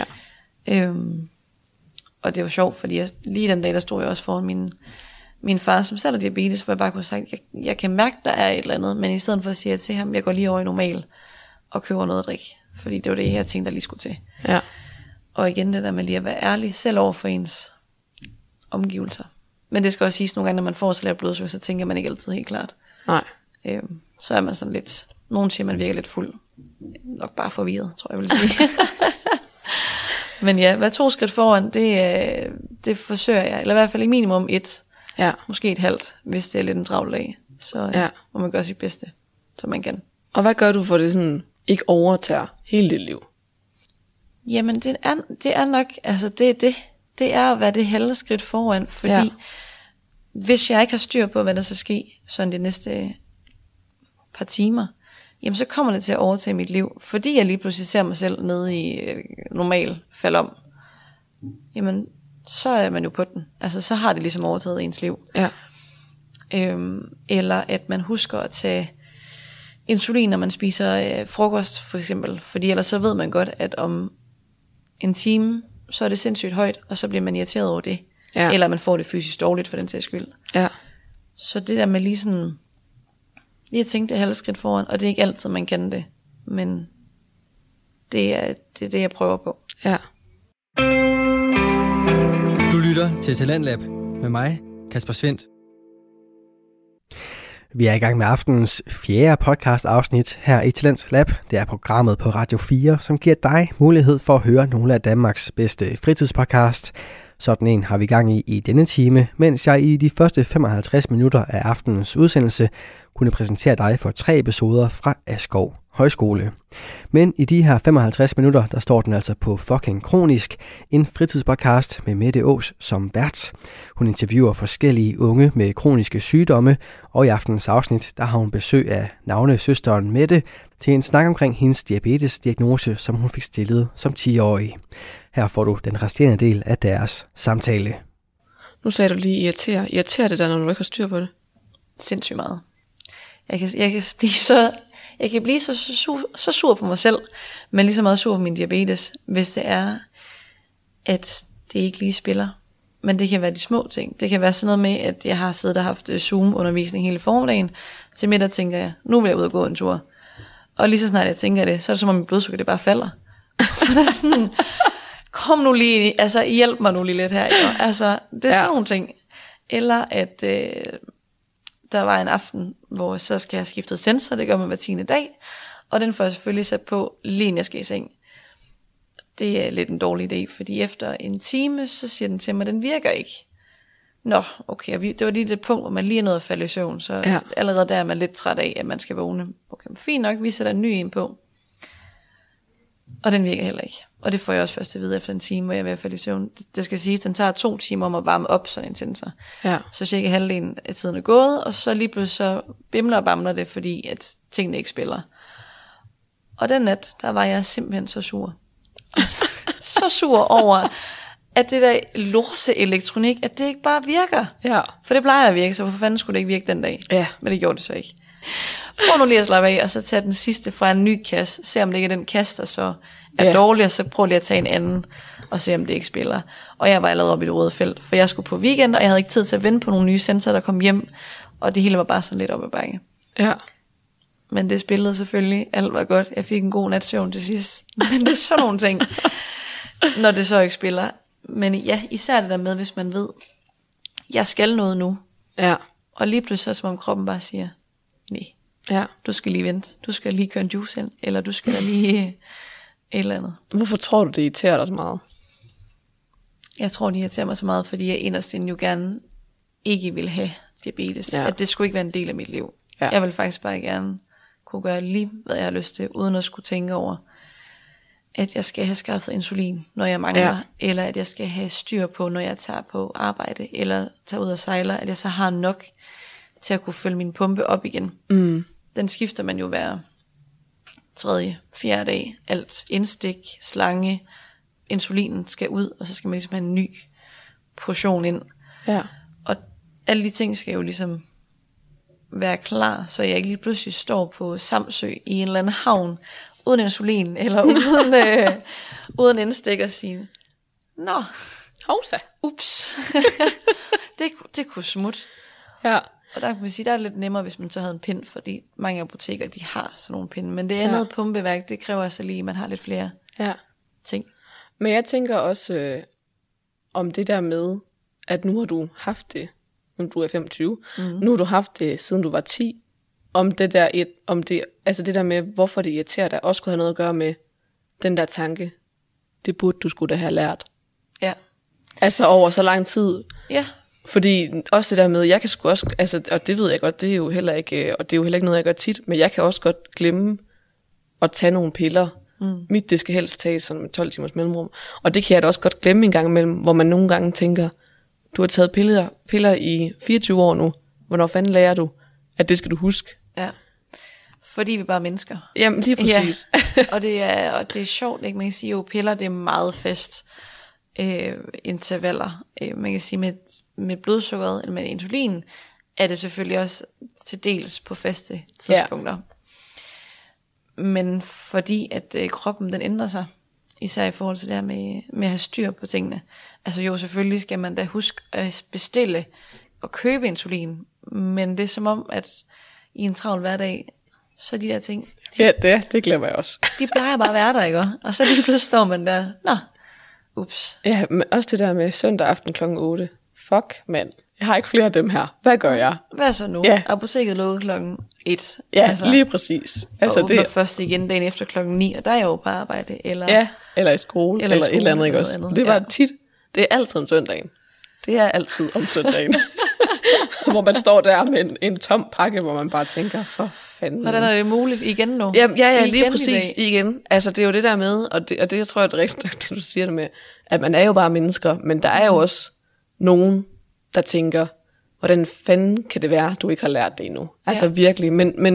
Og det var sjovt, fordi lige den dag, der stod jeg også foran min far, som selv har diabetes, hvor jeg bare kunne have sagt, jeg kan mærke, der er et eller andet, men i stedet for at sige til ham, jeg går lige over i normal og køber noget at drikke, fordi det var det, jeg tænkte, der lige skulle til. Ja. Og igen det der med lige at være ærlig, selv over for ens omgivelser. Men det skal også siges nogle gange, når man får så lavt blodsukker, så tænker man ikke altid helt klart. Nej. Så er man sådan lidt, nogen siger, man virker lidt fuld. Nok bare forvirret, tror jeg vil sige. Men ja, være 2 skridt foran, det forsøger jeg. Eller i hvert fald i minimum 1. Ja. Måske et halvt, hvis det er lidt en travl dag. Så må man gøre sit bedste, som man kan. Og hvad gør du for det sådan ikke overtager hele dit liv? Jamen det er nok, altså det er at være det halve skridt foran. Fordi hvis jeg ikke har styr på, hvad der skal ske sådan de næste par timer, jamen så kommer det til at overtage mit liv, fordi jeg lige pludselig ser mig selv nede i normal fald om. Jamen så er man jo på den. Altså så har det ligesom overtaget ens liv. Ja. Eller at man husker at tage insulin, når man spiser frokost for eksempel, fordi ellers så ved man godt, at om en time, så er det sindssygt højt, og så bliver man irriteret over det. Ja. Eller man får det fysisk dårligt for den sags skyld. Ja. Så det der med lige sådan, lige at tænke det halve skridt foran, og det er ikke altid, man kan det, men det er det, jeg prøver på. Ja. Du lytter til Talentlab med mig, Kasper Svendt. Vi er i gang med aftenens 4. podcast afsnit her i Talentlab. Det er programmet på Radio 4, som giver dig mulighed for at høre nogle af Danmarks bedste fritidspodcast. Sådan en har vi gang i denne time, mens jeg i de første 55 minutter af aftenens udsendelse kunne præsentere dig for 3 episoder fra Askov Højskole. Men i de her 55 minutter, der står den altså på fucking kronisk, en fritidspodcast med Mette Aas som vært. Hun interviewer forskellige unge med kroniske sygdomme, og i aftenens afsnit, der har hun besøg af navnesøsteren Mette til en snak omkring hendes diabetesdiagnose, som hun fik stillet som 10-årig. Her får du den resterende del af deres samtale. Nu sagde du lige irriterer det der, når du ikke har styr på det? Sindssygt meget. Jeg kan blive så sur på mig selv, men lige så meget sur på min diabetes, hvis det er, at det ikke lige spiller. Men det kan være de små ting. Det kan være sådan noget med, at jeg har siddet og haft Zoom-undervisning hele formiddagen. Til middag tænker jeg, nu vil jeg ud og gå en tur. Og lige så snart jeg tænker det, så er det som om mit blodsukker det bare falder. Og der er sådan, kom nu lige, altså hjælp mig nu lige lidt her. Jo. Altså, det er sådan nogle ting. Eller at der var en aften, hvor så skal jeg have skiftet sensor, det gør man hver 10. dag. Og den får jeg selvfølgelig sat på, lige når jeg skal i seng. Det er lidt en dårlig idé, fordi efter en time, så siger den til mig, den virker ikke. Nå, okay, det var lige det punkt, hvor man lige er nået at falde i søvn, så allerede der er man lidt træt af, at man skal vågne. Okay, fint nok, vi sætter en ny en på. Og den virker heller ikke. Og det får jeg også først at vide efter en time, hvor jeg er ved at falde i søvn. Det skal siges, den tager 2 timer om at varme op sådan en sensor. Ja. Så cirka halvdelen af tiden er gået, og så lige pludselig så bimler og bamler det, fordi at tingene ikke spiller. Og den nat, der var jeg simpelthen så sur. Så sur over, at det der lorte elektronik, at det ikke bare virker. Ja. For det plejer at virke, så hvorfor fanden skulle det ikke virke den dag? Ja. Men det gjorde det så ikke. Prøv nu lige at slappe af, og så tage den sidste fra en ny kasse. Se om det ikke er den kasse, der så er dårlig, og så prøv lige at tage en anden, og se om det ikke spiller. Og jeg var allerede oppe i det røde felt, for jeg skulle på weekend, og jeg havde ikke tid til at vente på nogle nye sensorer, der kom hjem, og det hele var bare sådan lidt op ad bakke. Ja. Men det spillede selvfølgelig, alt var godt. Jeg fik en god natsøvn til sidst. Men det er sådan nogle ting, når det så ikke spiller. Men ja, især det der med, hvis man ved, jeg skal noget nu. Ja. Og lige pludselig, som om kroppen bare siger, nej, Ja. du skal lige vente. Du skal lige køre en juice ind, eller du skal lige et eller andet. Hvorfor tror du, det irriterer dig så meget? Jeg tror, det irriterer mig så meget, fordi jeg inderst inde jo gerne ikke vil have diabetes. Ja. At det skulle ikke være en del af mit liv. Ja. Jeg vil faktisk bare gerne kunne gøre lige, hvad jeg har lyst til, uden at skulle tænke over, at jeg skal have skaffet insulin, når jeg mangler, Ja. eller at jeg skal have styr på, når jeg tager på arbejde, eller tager ud og sejler, at jeg så har nok til at kunne følge min pumpe op igen. Den skifter man jo hver 3., 4. dag. Alt indstik, slange, insulinen skal ud, og så skal man ligesom have en ny portion ind. Ja. Og alle de ting skal jo ligesom være klar, så jeg ikke lige pludselig står på Samsø i en eller anden havn, uden insulin, eller uden indstik og sige, nå, Hovsa. ups, det kunne smutte. Ja. Og der kan man sige, der er det lidt nemmere, hvis man så havde en pind, fordi mange apoteker, de har sådan nogle pinde. Men det andet pumpeværk, det kræver altså lige, at man har lidt flere Ja. ting. Men jeg tænker også om det der med, at nu har du haft det, nu du er 25, nu har du haft det, siden du var 10, om det der, altså det der med, hvorfor det irriterer dig, også skulle have noget at gøre med den der tanke, det burde du skulle da have lært. Ja. Altså over så lang tid. Ja. Fordi også det der med, jeg kan sgu også, altså, og det ved jeg godt, det er jo heller ikke, og det er jo heller ikke noget, jeg gør tit, men jeg kan også godt glemme at tage nogle piller. Mit, det skal helst tages sådan med 12 timers mellemrum. Og det kan jeg da også godt glemme en gang imellem, hvor man nogle gange tænker, du har taget piller i 24 år nu, hvornår fanden lærer du, at det skal du huske? Ja. Fordi vi bare er mennesker. Jamen, lige præcis. Ja. og det er sjovt, ikke? Man kan sige, jo piller, det er meget fast intervaller. Man kan sige, med blodsukkeret, eller med insulin, er det selvfølgelig også til dels på faste tidspunkter. Ja. Men fordi at kroppen, den ændrer sig, især i forhold til det her med at have styr på tingene. Altså jo, selvfølgelig skal man da huske at bestille og købe insulin, men det er som om, at i en travl hverdag, så de der ting, Ja, det glemmer jeg også. de plejer bare at være der, ikke? Og så lige pludselig står man der, nå, ups. Ja, men også det der med søndag aften kl. 8. Fuck, mand. Jeg har ikke flere af dem her. Hvad gør jeg? Hvad så nu? Ja. Apoteket lukkede klokken 1. Ja, altså, lige præcis. Altså, og åbner først igen dagen efter klokken 9, og der er jeg jo på arbejde. Eller, eller i skole, eller et eller andet, ikke også? andet. Det var tit, det er altid om søndagen. Det er altid om søndagen. Hvor man står der med en tom pakke, hvor man bare tænker, for fanden. Hvordan er det muligt igen nu? Ja, lige præcis, igen. Altså, det er jo det der med, og det jeg tror jeg, det er rigtig nok, det du siger det med, at man er jo bare mennesker, men der er jo også nogen, der tænker, hvordan fanden kan det være, du ikke har lært det endnu? Altså virkelig,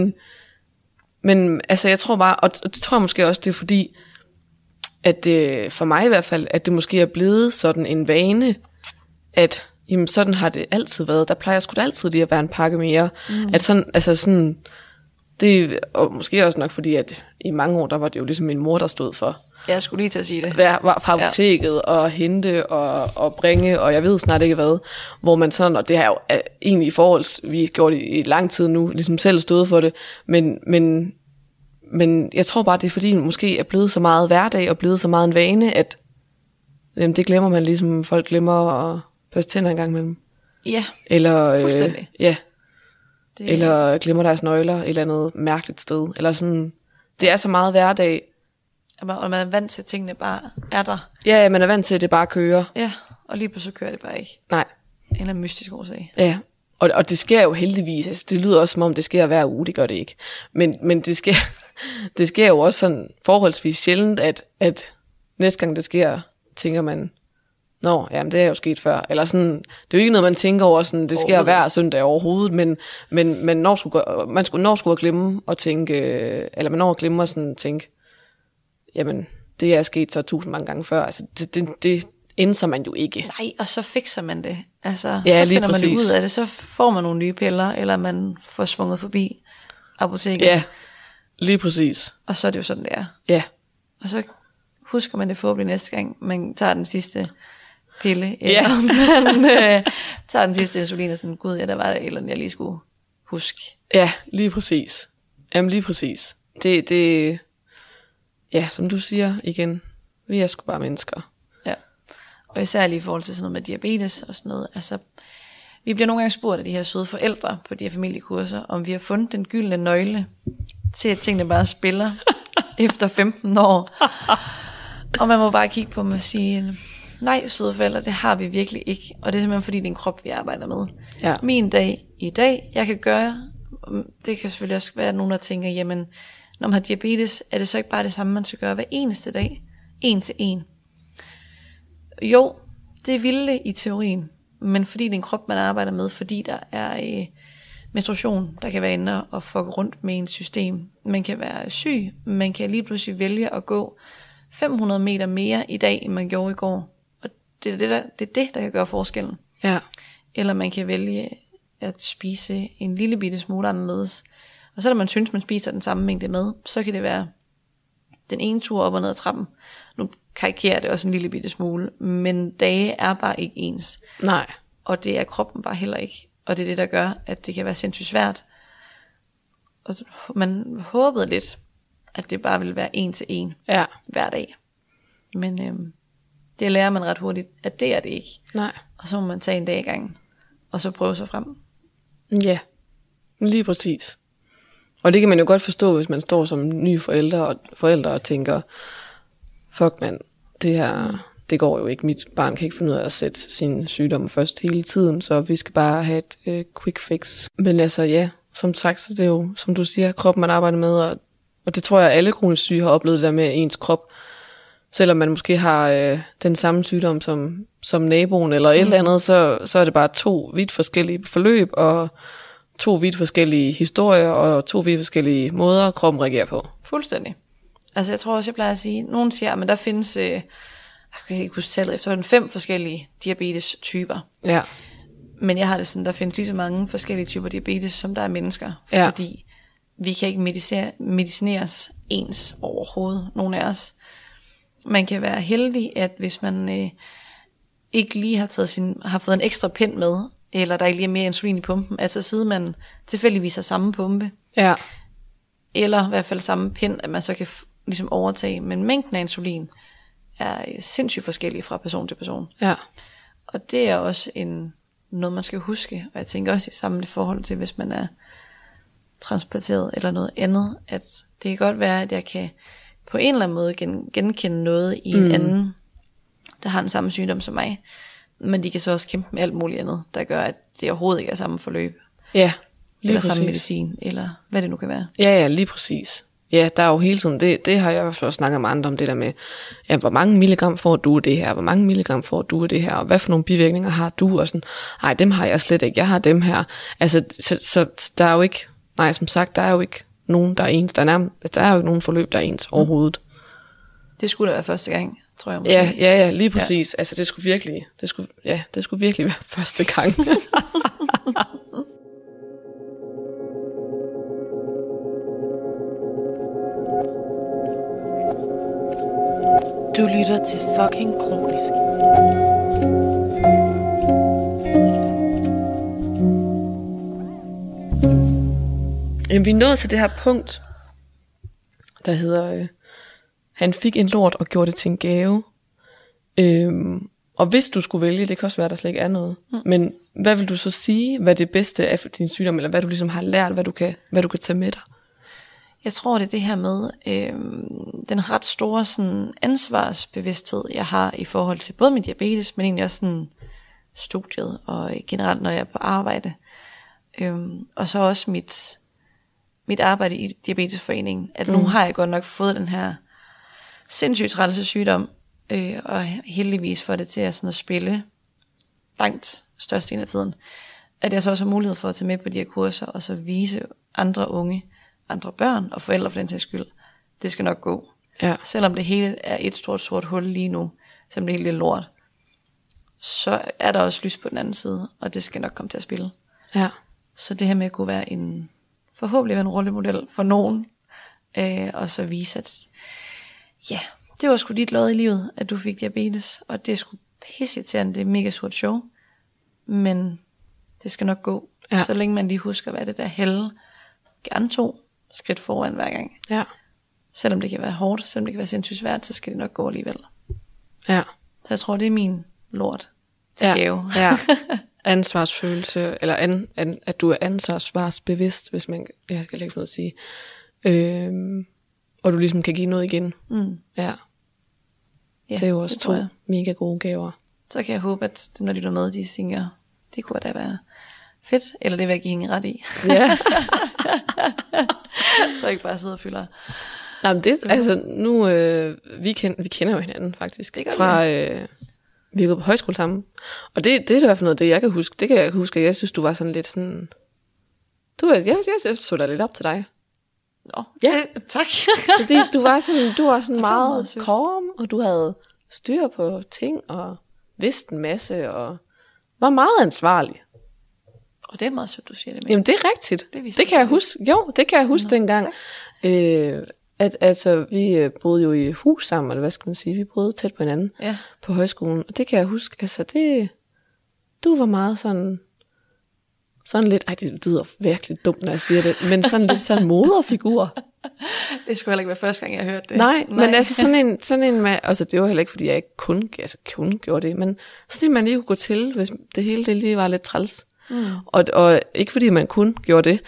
men altså jeg tror bare, og det tror jeg måske også, det er fordi, at det, for mig i hvert fald, at det måske er blevet sådan en vane, at jamen, sådan har det altid været. Der plejer sgu da altid lige at være en pakke mere. At sådan, altså sådan, det, og måske også nok fordi, at i mange år, der var det jo ligesom min mor, der stod for. Jeg skulle lige til at sige det. Var på apoteket og hente og bringe, og jeg ved snart ikke hvad. Hvor man sådan, og det har jo egentlig i forholdsvis gjort i lang tid nu, ligesom selv stået for det. Men jeg tror bare, det er fordi, det måske er blevet så meget hverdag, og blevet så meget en vane, at jamen, det glemmer man ligesom, folk glemmer at børste tænder en gang imellem. Ja, eller, fuldstændig. Eller glemmer deres nøgler et eller andet mærkeligt sted. Eller sådan, det er så meget hverdag. Og man er vant til, at tingene bare er der. Ja, man er vant til, at det bare kører. Ja, og lige pludselig kører det bare ikke. Nej. En eller anden mystisk årsag. Ja, og det sker jo heldigvis. Altså, det lyder også som om, det sker hver uge. Det gør det ikke. Men det sker jo også sådan forholdsvis sjældent, at næste gang det sker, tænker man, nå, jamen det er jo sket før. Eller sådan, det er jo ikke noget, man tænker over, sådan, det sker hver søndag overhovedet, men man skulle glemme at tænke, eller man når at glemme at sådan tænke, jamen, det er sket så 1000 mange gange før. Altså, det indser man jo ikke. Nej, og så fikser man det. Altså, ja, så finder præcis. man det ud af det, så får man nogle nye piller, eller man får svunget forbi apoteket. Ja, lige præcis. Og så er det jo sådan, det er. Ja. Og så husker man det forhåbentlig næste gang, man tager den sidste pille, eller man tager den sidste insulin, og sådan, gud, ja, der var der et eller andet, jeg lige skulle huske. Ja, lige præcis. Jamen lige præcis. Det ja, som du siger igen, vi er sgu bare mennesker. Ja, og især lige i forhold til sådan noget med diabetes og sådan noget. Altså, vi bliver nogle gange spurgt af de her søde forældre på de her familiekurser, om vi har fundet den gyldne nøgle til, at tingene bare spiller efter 15 år. Og man må bare kigge på dem og sige, nej, søde forældre, det har vi virkelig ikke. Og det er simpelthen fordi, det er en krop, vi arbejder med. Ja. Min dag i dag, jeg kan gøre, det kan selvfølgelig også være nogen, der tænker, jamen, når man har diabetes, er det så ikke bare det samme, man skal gøre hver eneste dag? En til en. Jo, det ville det i teorien. Men fordi det er en krop, man arbejder med, fordi der er menstruation, der kan være inde og fuck rundt med ens system. Man kan være syg, man kan lige pludselig vælge at gå 500 meter mere i dag, end man gjorde i går. Og det er det, der kan gøre forskellen. Ja. Eller man kan vælge at spise en lille bitte smule anderledes. Og så når man synes, man spiser den samme mængde mad, så kan det være den ene tur op og ned ad trappen. Nu karikerer det også en lille bitte smule, men dage er bare ikke ens. Nej. Og det er kroppen bare heller ikke. Og det er det, der gør, at det kan være sindssygt svært. Og man håbede lidt, at det bare ville være en til en hver dag. Men det lærer man ret hurtigt, at det er det ikke. Nej. Og så må man tage en dag i gangen, og så prøve sig frem. Ja, lige præcis. Og det kan man jo godt forstå, hvis man står som nye forældre og tænker, fuck mand, det her, det går jo ikke. Mit barn kan ikke finde ud af at sætte sin sygdom først hele tiden, så vi skal bare have et quick fix. Men altså ja, som sagt, så det er jo, som du siger, kroppen man arbejder med, og det tror jeg, at alle kronisk syge har oplevet det der med ens krop. Selvom man måske har den samme sygdom som naboen eller et eller andet, så er det bare 2 vidt forskellige forløb, og 2 vidt forskellige historier, og 2 vidt forskellige måder, kroppen reagerer på. Fuldstændig. Altså jeg tror også, jeg plejer at sige, nogen siger, men der findes, jeg kan ikke huske tallet, efter 5 forskellige diabetes-typer. Ja. Men jeg har det sådan, der findes lige så mange forskellige typer diabetes, som der er mennesker. Ja. Fordi vi kan ikke medicineres ens overhovedet, nogen af os. Man kan være heldig, at hvis man ikke lige har fået en ekstra pind med, eller der ikke lige er mere insulin i pumpen, altså siden man tilfældigvis har samme pumpe, Ja. eller i hvert fald samme pind, at man så kan ligesom overtage. Men mængden af insulin er sindssygt forskellig fra person til person. Ja. Og det er også noget, man skal huske. Og jeg tænker også i samme forhold til, hvis man er transplanteret eller noget andet, at det kan godt være, at jeg kan på en eller anden måde genkende noget i en anden, der har den samme sygdom som mig. Men de kan så også kæmpe med alt muligt andet, der gør, at det overhovedet ikke er samme forløb. Ja, lige eller præcis. samme medicin, eller hvad det nu kan være. Ja, lige præcis. Ja, der er jo hele tiden, det har jeg i hvert fald også snakket med andre om, det der med, ja, hvor mange milligram får du af det her, hvor mange milligram får du af det her, og hvad for nogle bivirkninger har du, og sådan, nej, dem har jeg slet ikke, jeg har dem her. Altså, så der er jo ikke, nej, som sagt, der er jo ikke nogen, der er ens, der er jo ikke nogen forløb, der er ens overhovedet. Det skulle da være første gang, tror jeg måske. Ja, lige præcis. Ja. Altså, det skulle virkelig være første gang. Du lytter til fucking kronisk. Jamen, vi er nået til det her punkt, der hedder, han fik en lort og gjorde det til en gave. Og hvis du skulle vælge, det kan også være, der slet ikke er noget. Men hvad vil du så sige, hvad det bedste er for din sygdom, eller hvad du ligesom har lært, hvad du kan tage med dig? Jeg tror, det er det her med den ret store sådan, ansvarsbevidsthed, jeg har i forhold til både min diabetes, men egentlig også sådan, studiet og generelt, når jeg er på arbejde. Og så også mit arbejde i Diabetesforeningen, at nu har jeg godt nok fået den her sindssygt trælse sygdom, og heldigvis får det til at spille langt størstedelen af tiden, at jeg så også har mulighed for at tage med på de her kurser, og så vise andre unge, andre børn og forældre for den sags skyld, det skal nok gå. Ja. Selvom det hele er et stort sort hul lige nu, selvom det hele er lort, så er der også lys på den anden side, og det skal nok komme til at spille. Ja. Så det her med at kunne være forhåbentlig en rollemodel for nogen, og så vise, at ja, det var sgu dit lod i livet, at du fik diabetes, og det er sgu pisseirriterende, det er mega surt show, men det skal nok gå, så længe man lige husker, hvad det der hælde, gerne 2, skridt foran hver gang. Ja. Selvom det kan være hårdt, selvom det kan være sindssygt svært, så skal det nok gå alligevel. Ja. Så jeg tror, det er min lort til gave. Ja. Ansvarsfølelse, eller at du er ansvarsbevidst, hvis man, jeg kan ikke noget at sige. Og du ligesom kan give noget igen. Ja. Det er jo også to mega gode gaver. Så kan jeg håbe, at dem, der lytter med, de tænker, det kunne da være fedt, eller det vil jeg give hende ret i. Ja. Så ikke bare sidde og fylder. Nej, men det, altså nu, vi kender jo hinanden faktisk. Det fra, vi er gået på højskole sammen. Og det er i hvert fald noget, det jeg kan huske. Det kan jeg huske, at jeg synes, du var sådan lidt sådan, jeg så da lidt op til dig. Nå, ja, tak. Fordi du var sådan meget calm, og du havde styr på ting, og vidste en masse, og var meget ansvarlig. Og det er meget sødt, du siger det med. Jamen, det er rigtigt. Det kan jeg huske. Jo, det kan jeg huske dengang. At altså, vi boede jo i hus sammen, eller hvad skal man sige, vi boede tæt på hinanden på højskolen. Og det kan jeg huske, altså du var meget sådan lidt, det lyder virkelig dumt, når jeg siger det, men sådan lidt sådan moderfigur. Det skulle heller ikke være første gang, jeg hørte det. Nej, men altså sådan en med, altså det var heller ikke, fordi jeg ikke kun gjorde det, men sådan en, man lige kunne gå til, hvis det hele det lige var lidt træls. Og ikke fordi man kun gjorde det,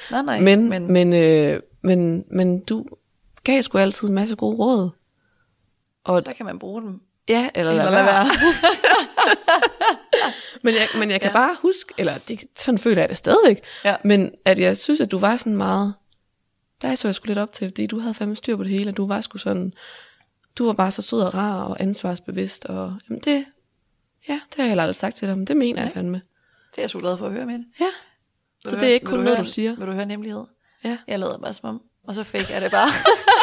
men du gav sgu altid en masse gode råd. Og så kan man bruge dem. Ja, eller lade være. men jeg kan bare huske, eller sådan føler jeg det stadigvæk, men at jeg synes, at du var sådan meget, der så jeg sgu lidt op til, fordi du havde fandme styr på det hele, og du var sgu sådan, du var bare så sød og rar og ansvarsbevidst, og jamen det har jeg heller aldrig sagt til dig, men det mener jeg fandme. Det er jeg så glad for at høre med det. Ja, så det er ikke kun noget, du siger. Vil du høre en hemmelighed? Ja. Jeg lader bare som om, og så fake er det bare.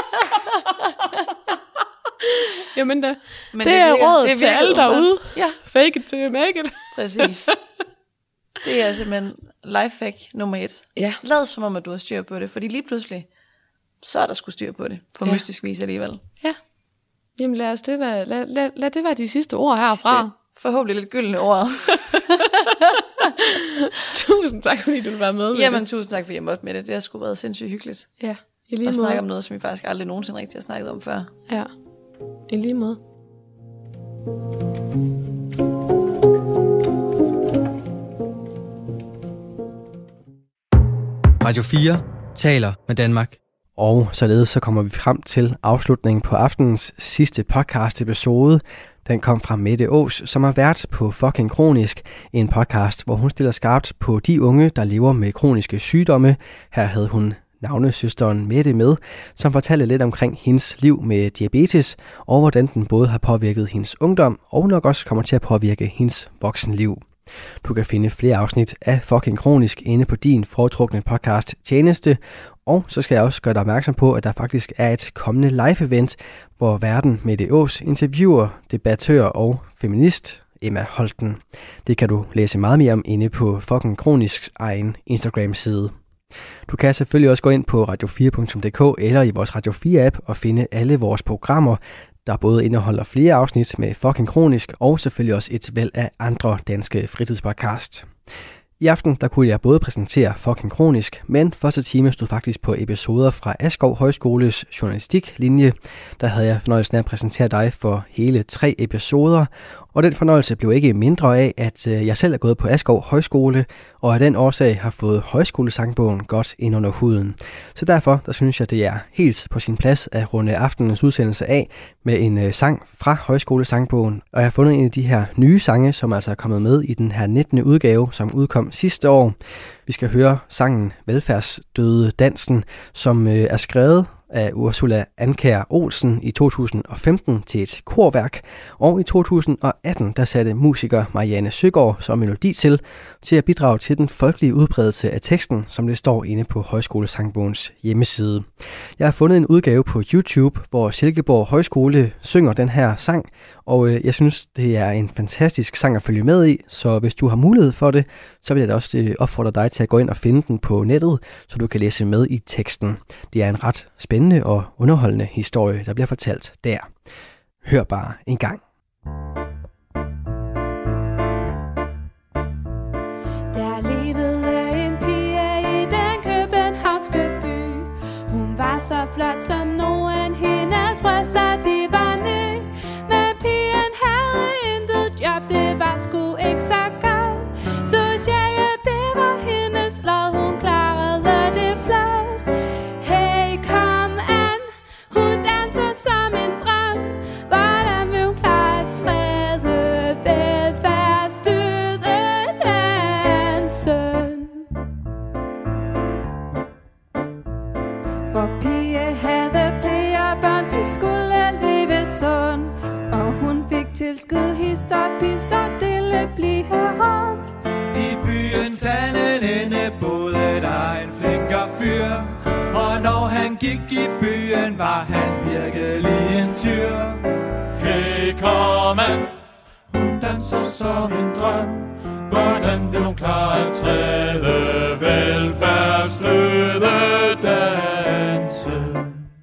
Jamen da, men det er rådet til alle derude. Ja. Fake it till you make it. Præcis. Det er simpelthen lifehack nummer 1. Ja. Lad som om, at du har styr på det, fordi lige pludselig, så er der sgu styr på det, på mystisk vis alligevel. Ja. Jamen lad det være de sidste ord herfra. Forhåbentlig lidt gyldne ord. Tusind tak, fordi du vil være med. Jamen, tusind tak, fordi jeg måtte med det. Det har sgu været sindssygt hyggeligt. Ja, i lige måde. At snakke om noget, som vi faktisk aldrig nogensinde rigtig har snakket om før. Ja, i lige måde. Radio 4 taler med Danmark. Og således så kommer vi frem til afslutningen på aftenens sidste podcast episode. Den kom fra Mette Aas, som har været på Fucking Kronisk, en podcast, hvor hun stiller skarpt på de unge, der lever med kroniske sygdomme. Her havde hun navnesøsteren Mette med, som fortalte lidt omkring hendes liv med diabetes, og hvordan den både har påvirket hendes ungdom, og nok også kommer til at påvirke hendes voksenliv. Du kan finde flere afsnit af Fucking Kronisk inde på din foretrukne podcast tjeneste, og så skal jeg også gøre dig opmærksom på, at der faktisk er et kommende live-event, hvor værten Mette Aas interviewer debattør og feminist Emma Holten. Det kan du læse meget mere om inde på Fucking Kronisks egen Instagram-side. Du kan selvfølgelig også gå ind på radio4.dk eller i vores Radio 4-app og finde alle vores programmer, der både indeholder flere afsnit med Fucking Kronisk og selvfølgelig også et væld af andre danske fritidspodcast. I aften der kunne jeg både præsentere Fucking Kronisk, men første time stod faktisk på episoder fra Askov Højskoles journalistiklinje. Der havde jeg fornøjelsen af at præsentere dig for hele 3 episoder, og den fornøjelse blev ikke mindre af, at jeg selv er gået på Askov Højskole, og af den årsag har fået højskolesangbogen godt ind under huden. Så derfor der synes jeg, det er helt på sin plads at runde aftenens udsendelse af med en sang fra højskolesangbogen. Og jeg har fundet en af de her nye sange, som altså er kommet med i den her 19. udgave, som udkom sidste år. Vi skal høre sangen Velfærdsdøde Dansen, som er skrevet af Ursula Andkjær Olsen i 2015 til et korværk, og i 2018 der satte musiker Marianne Søgaard som melodi til at bidrage til den folkelige udbredelse af teksten, som det står inde på Højskolesangbogens hjemmeside. Jeg har fundet en udgave på YouTube, hvor Silkeborg Højskole synger den her sang, og jeg synes, det er en fantastisk sang at følge med i, så hvis du har mulighed for det, så vil jeg da også opfordre dig til at gå ind og finde den på nettet, så du kan læse med i teksten. Det er en ret spændende og underholdende historie, der bliver fortalt der. Hør bare en gang. Der levede en pige i den københavnske by. Hun så flot som nogen. Hendes bryster, de var ny. Men pigen havde intet job, det var sgu ikke så godt. Socialt, det var hendes lod, hun klarede det flot. Hey, kom an, hun danser som en drøm. Hvordan vil hun klare at træde velfærdsstødedansen? For pige havde flere børn, de skulle leve sund. Og hun fik tilskud hist og pis, så det blive rundt. I byens anden ende boede der en flinker fyr. Og når han gik i byen, var han virkelig en tyr. Hey, kom an, hun danser som en drøm. Hvordan vil hun klare at træde velfærdsstødedansen?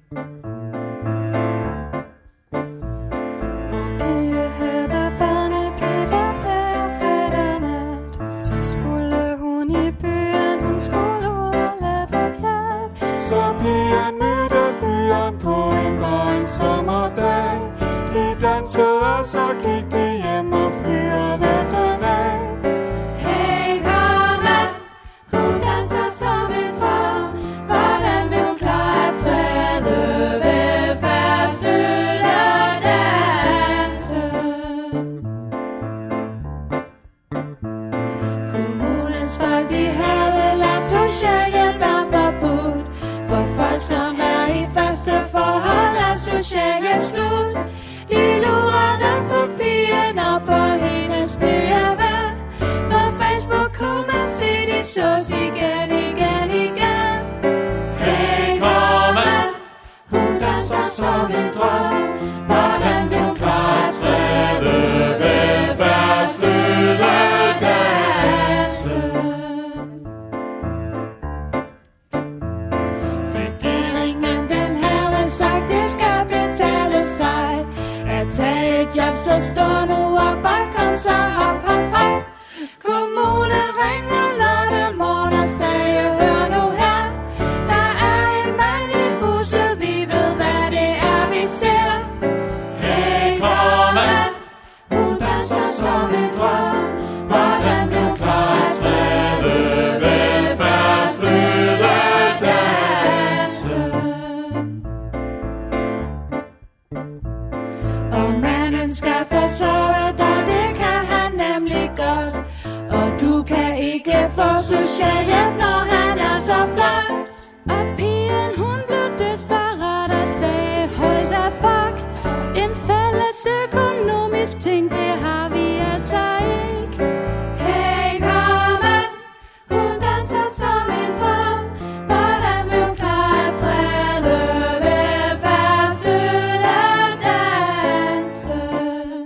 Sommerdag, de dansede, og så gik de hjem og fyrede den af. Hey, kom an, hun danser som en drøm. Hvordan vil hun klare at træde velfærdsstødedansen? Kommunens folk, de havde lagt socialhjælp er forbudt. For folk, som er i første forhold, er socialhjælp slut. De lurede på pigen og på hendes nye ven. På Facebook kunne man se, de sås igen. Hey, kom an, hun danser som en drøm. Hvordan vil hun klare at træde velfærdsstødedansen? Regeringen, den havde sagt, det skal betale sig at tage et job, så stå nu op og kom så op. Kommunen ringer lørdag morgen og sagde, hør nu her, der er en mand i huset, vi ved hvad det er, vi ser. Hey, kom an, hun danser som en drøm. Hvordan vil hun klare at træde velfærdsstødedansen? Og manden skal forsørge dig, det kan han nemlig godt. Og du kan ikke få socialhjælp, når han er så flot. Og pigen, hun blev desperat og sagde, hold da fuck. En fælles økonomisk ting, det har vi altså ikke. Hey, kom an, hun danser som en drøm. Hvordan vil hun klare at træde velfærdsstødedansen?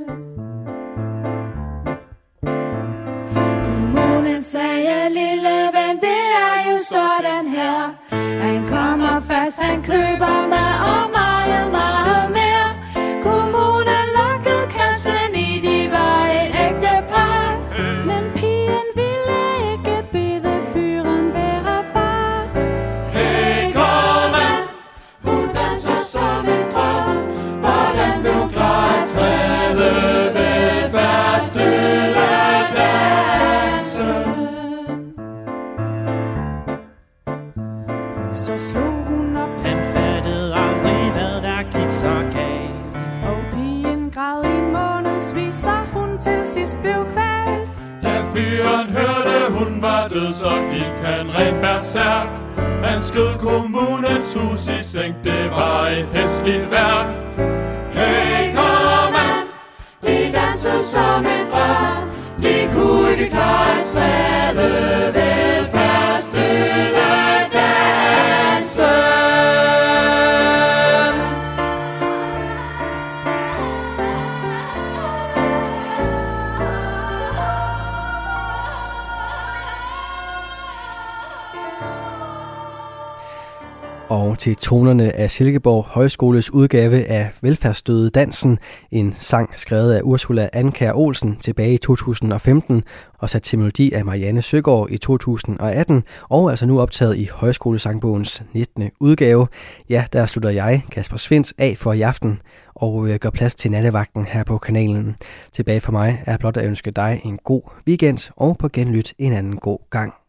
Kommunen sagde, lille ven, det er jo sådan her. Han kommer først, han køber mad og meget, meget mere. Kommunen lukkede kassen i, de var et ægte par. Men pigen ville ikke bede fyren være far. Hey, kom an, hun danser som en drøm. Hvordan vil hun klare at træde velfærdsstødedansen? Så slog hun op, Han fattede aldrig, hvad der gik så galt. og pigen græd i månedsvis, så hun til sidst blev kvalt. Da fyren hørte, hun var død, så gik han rent berserk. Han skød kommunens hus i sænk, det var et hæsligt værk. Hey, kom an, de dansede som en drøm. De kunne ikke klare at træde velfærdsstødedansen. Og til tonerne af Silkeborg Højskoles udgave af Velfærdsstøde Dansen, en sang skrevet af Ursula Andkjær Olsen tilbage i 2015 og sat til melodi af Marianne Søgaard i 2018 og altså nu optaget i Højskolesangbogens 19. udgave. Ja, der slutter jeg, Kasper Svinds, af for i aften og gør plads til nattevagten her på kanalen. Tilbage for mig er blot at ønske dig en god weekend og på genlyt en anden god gang.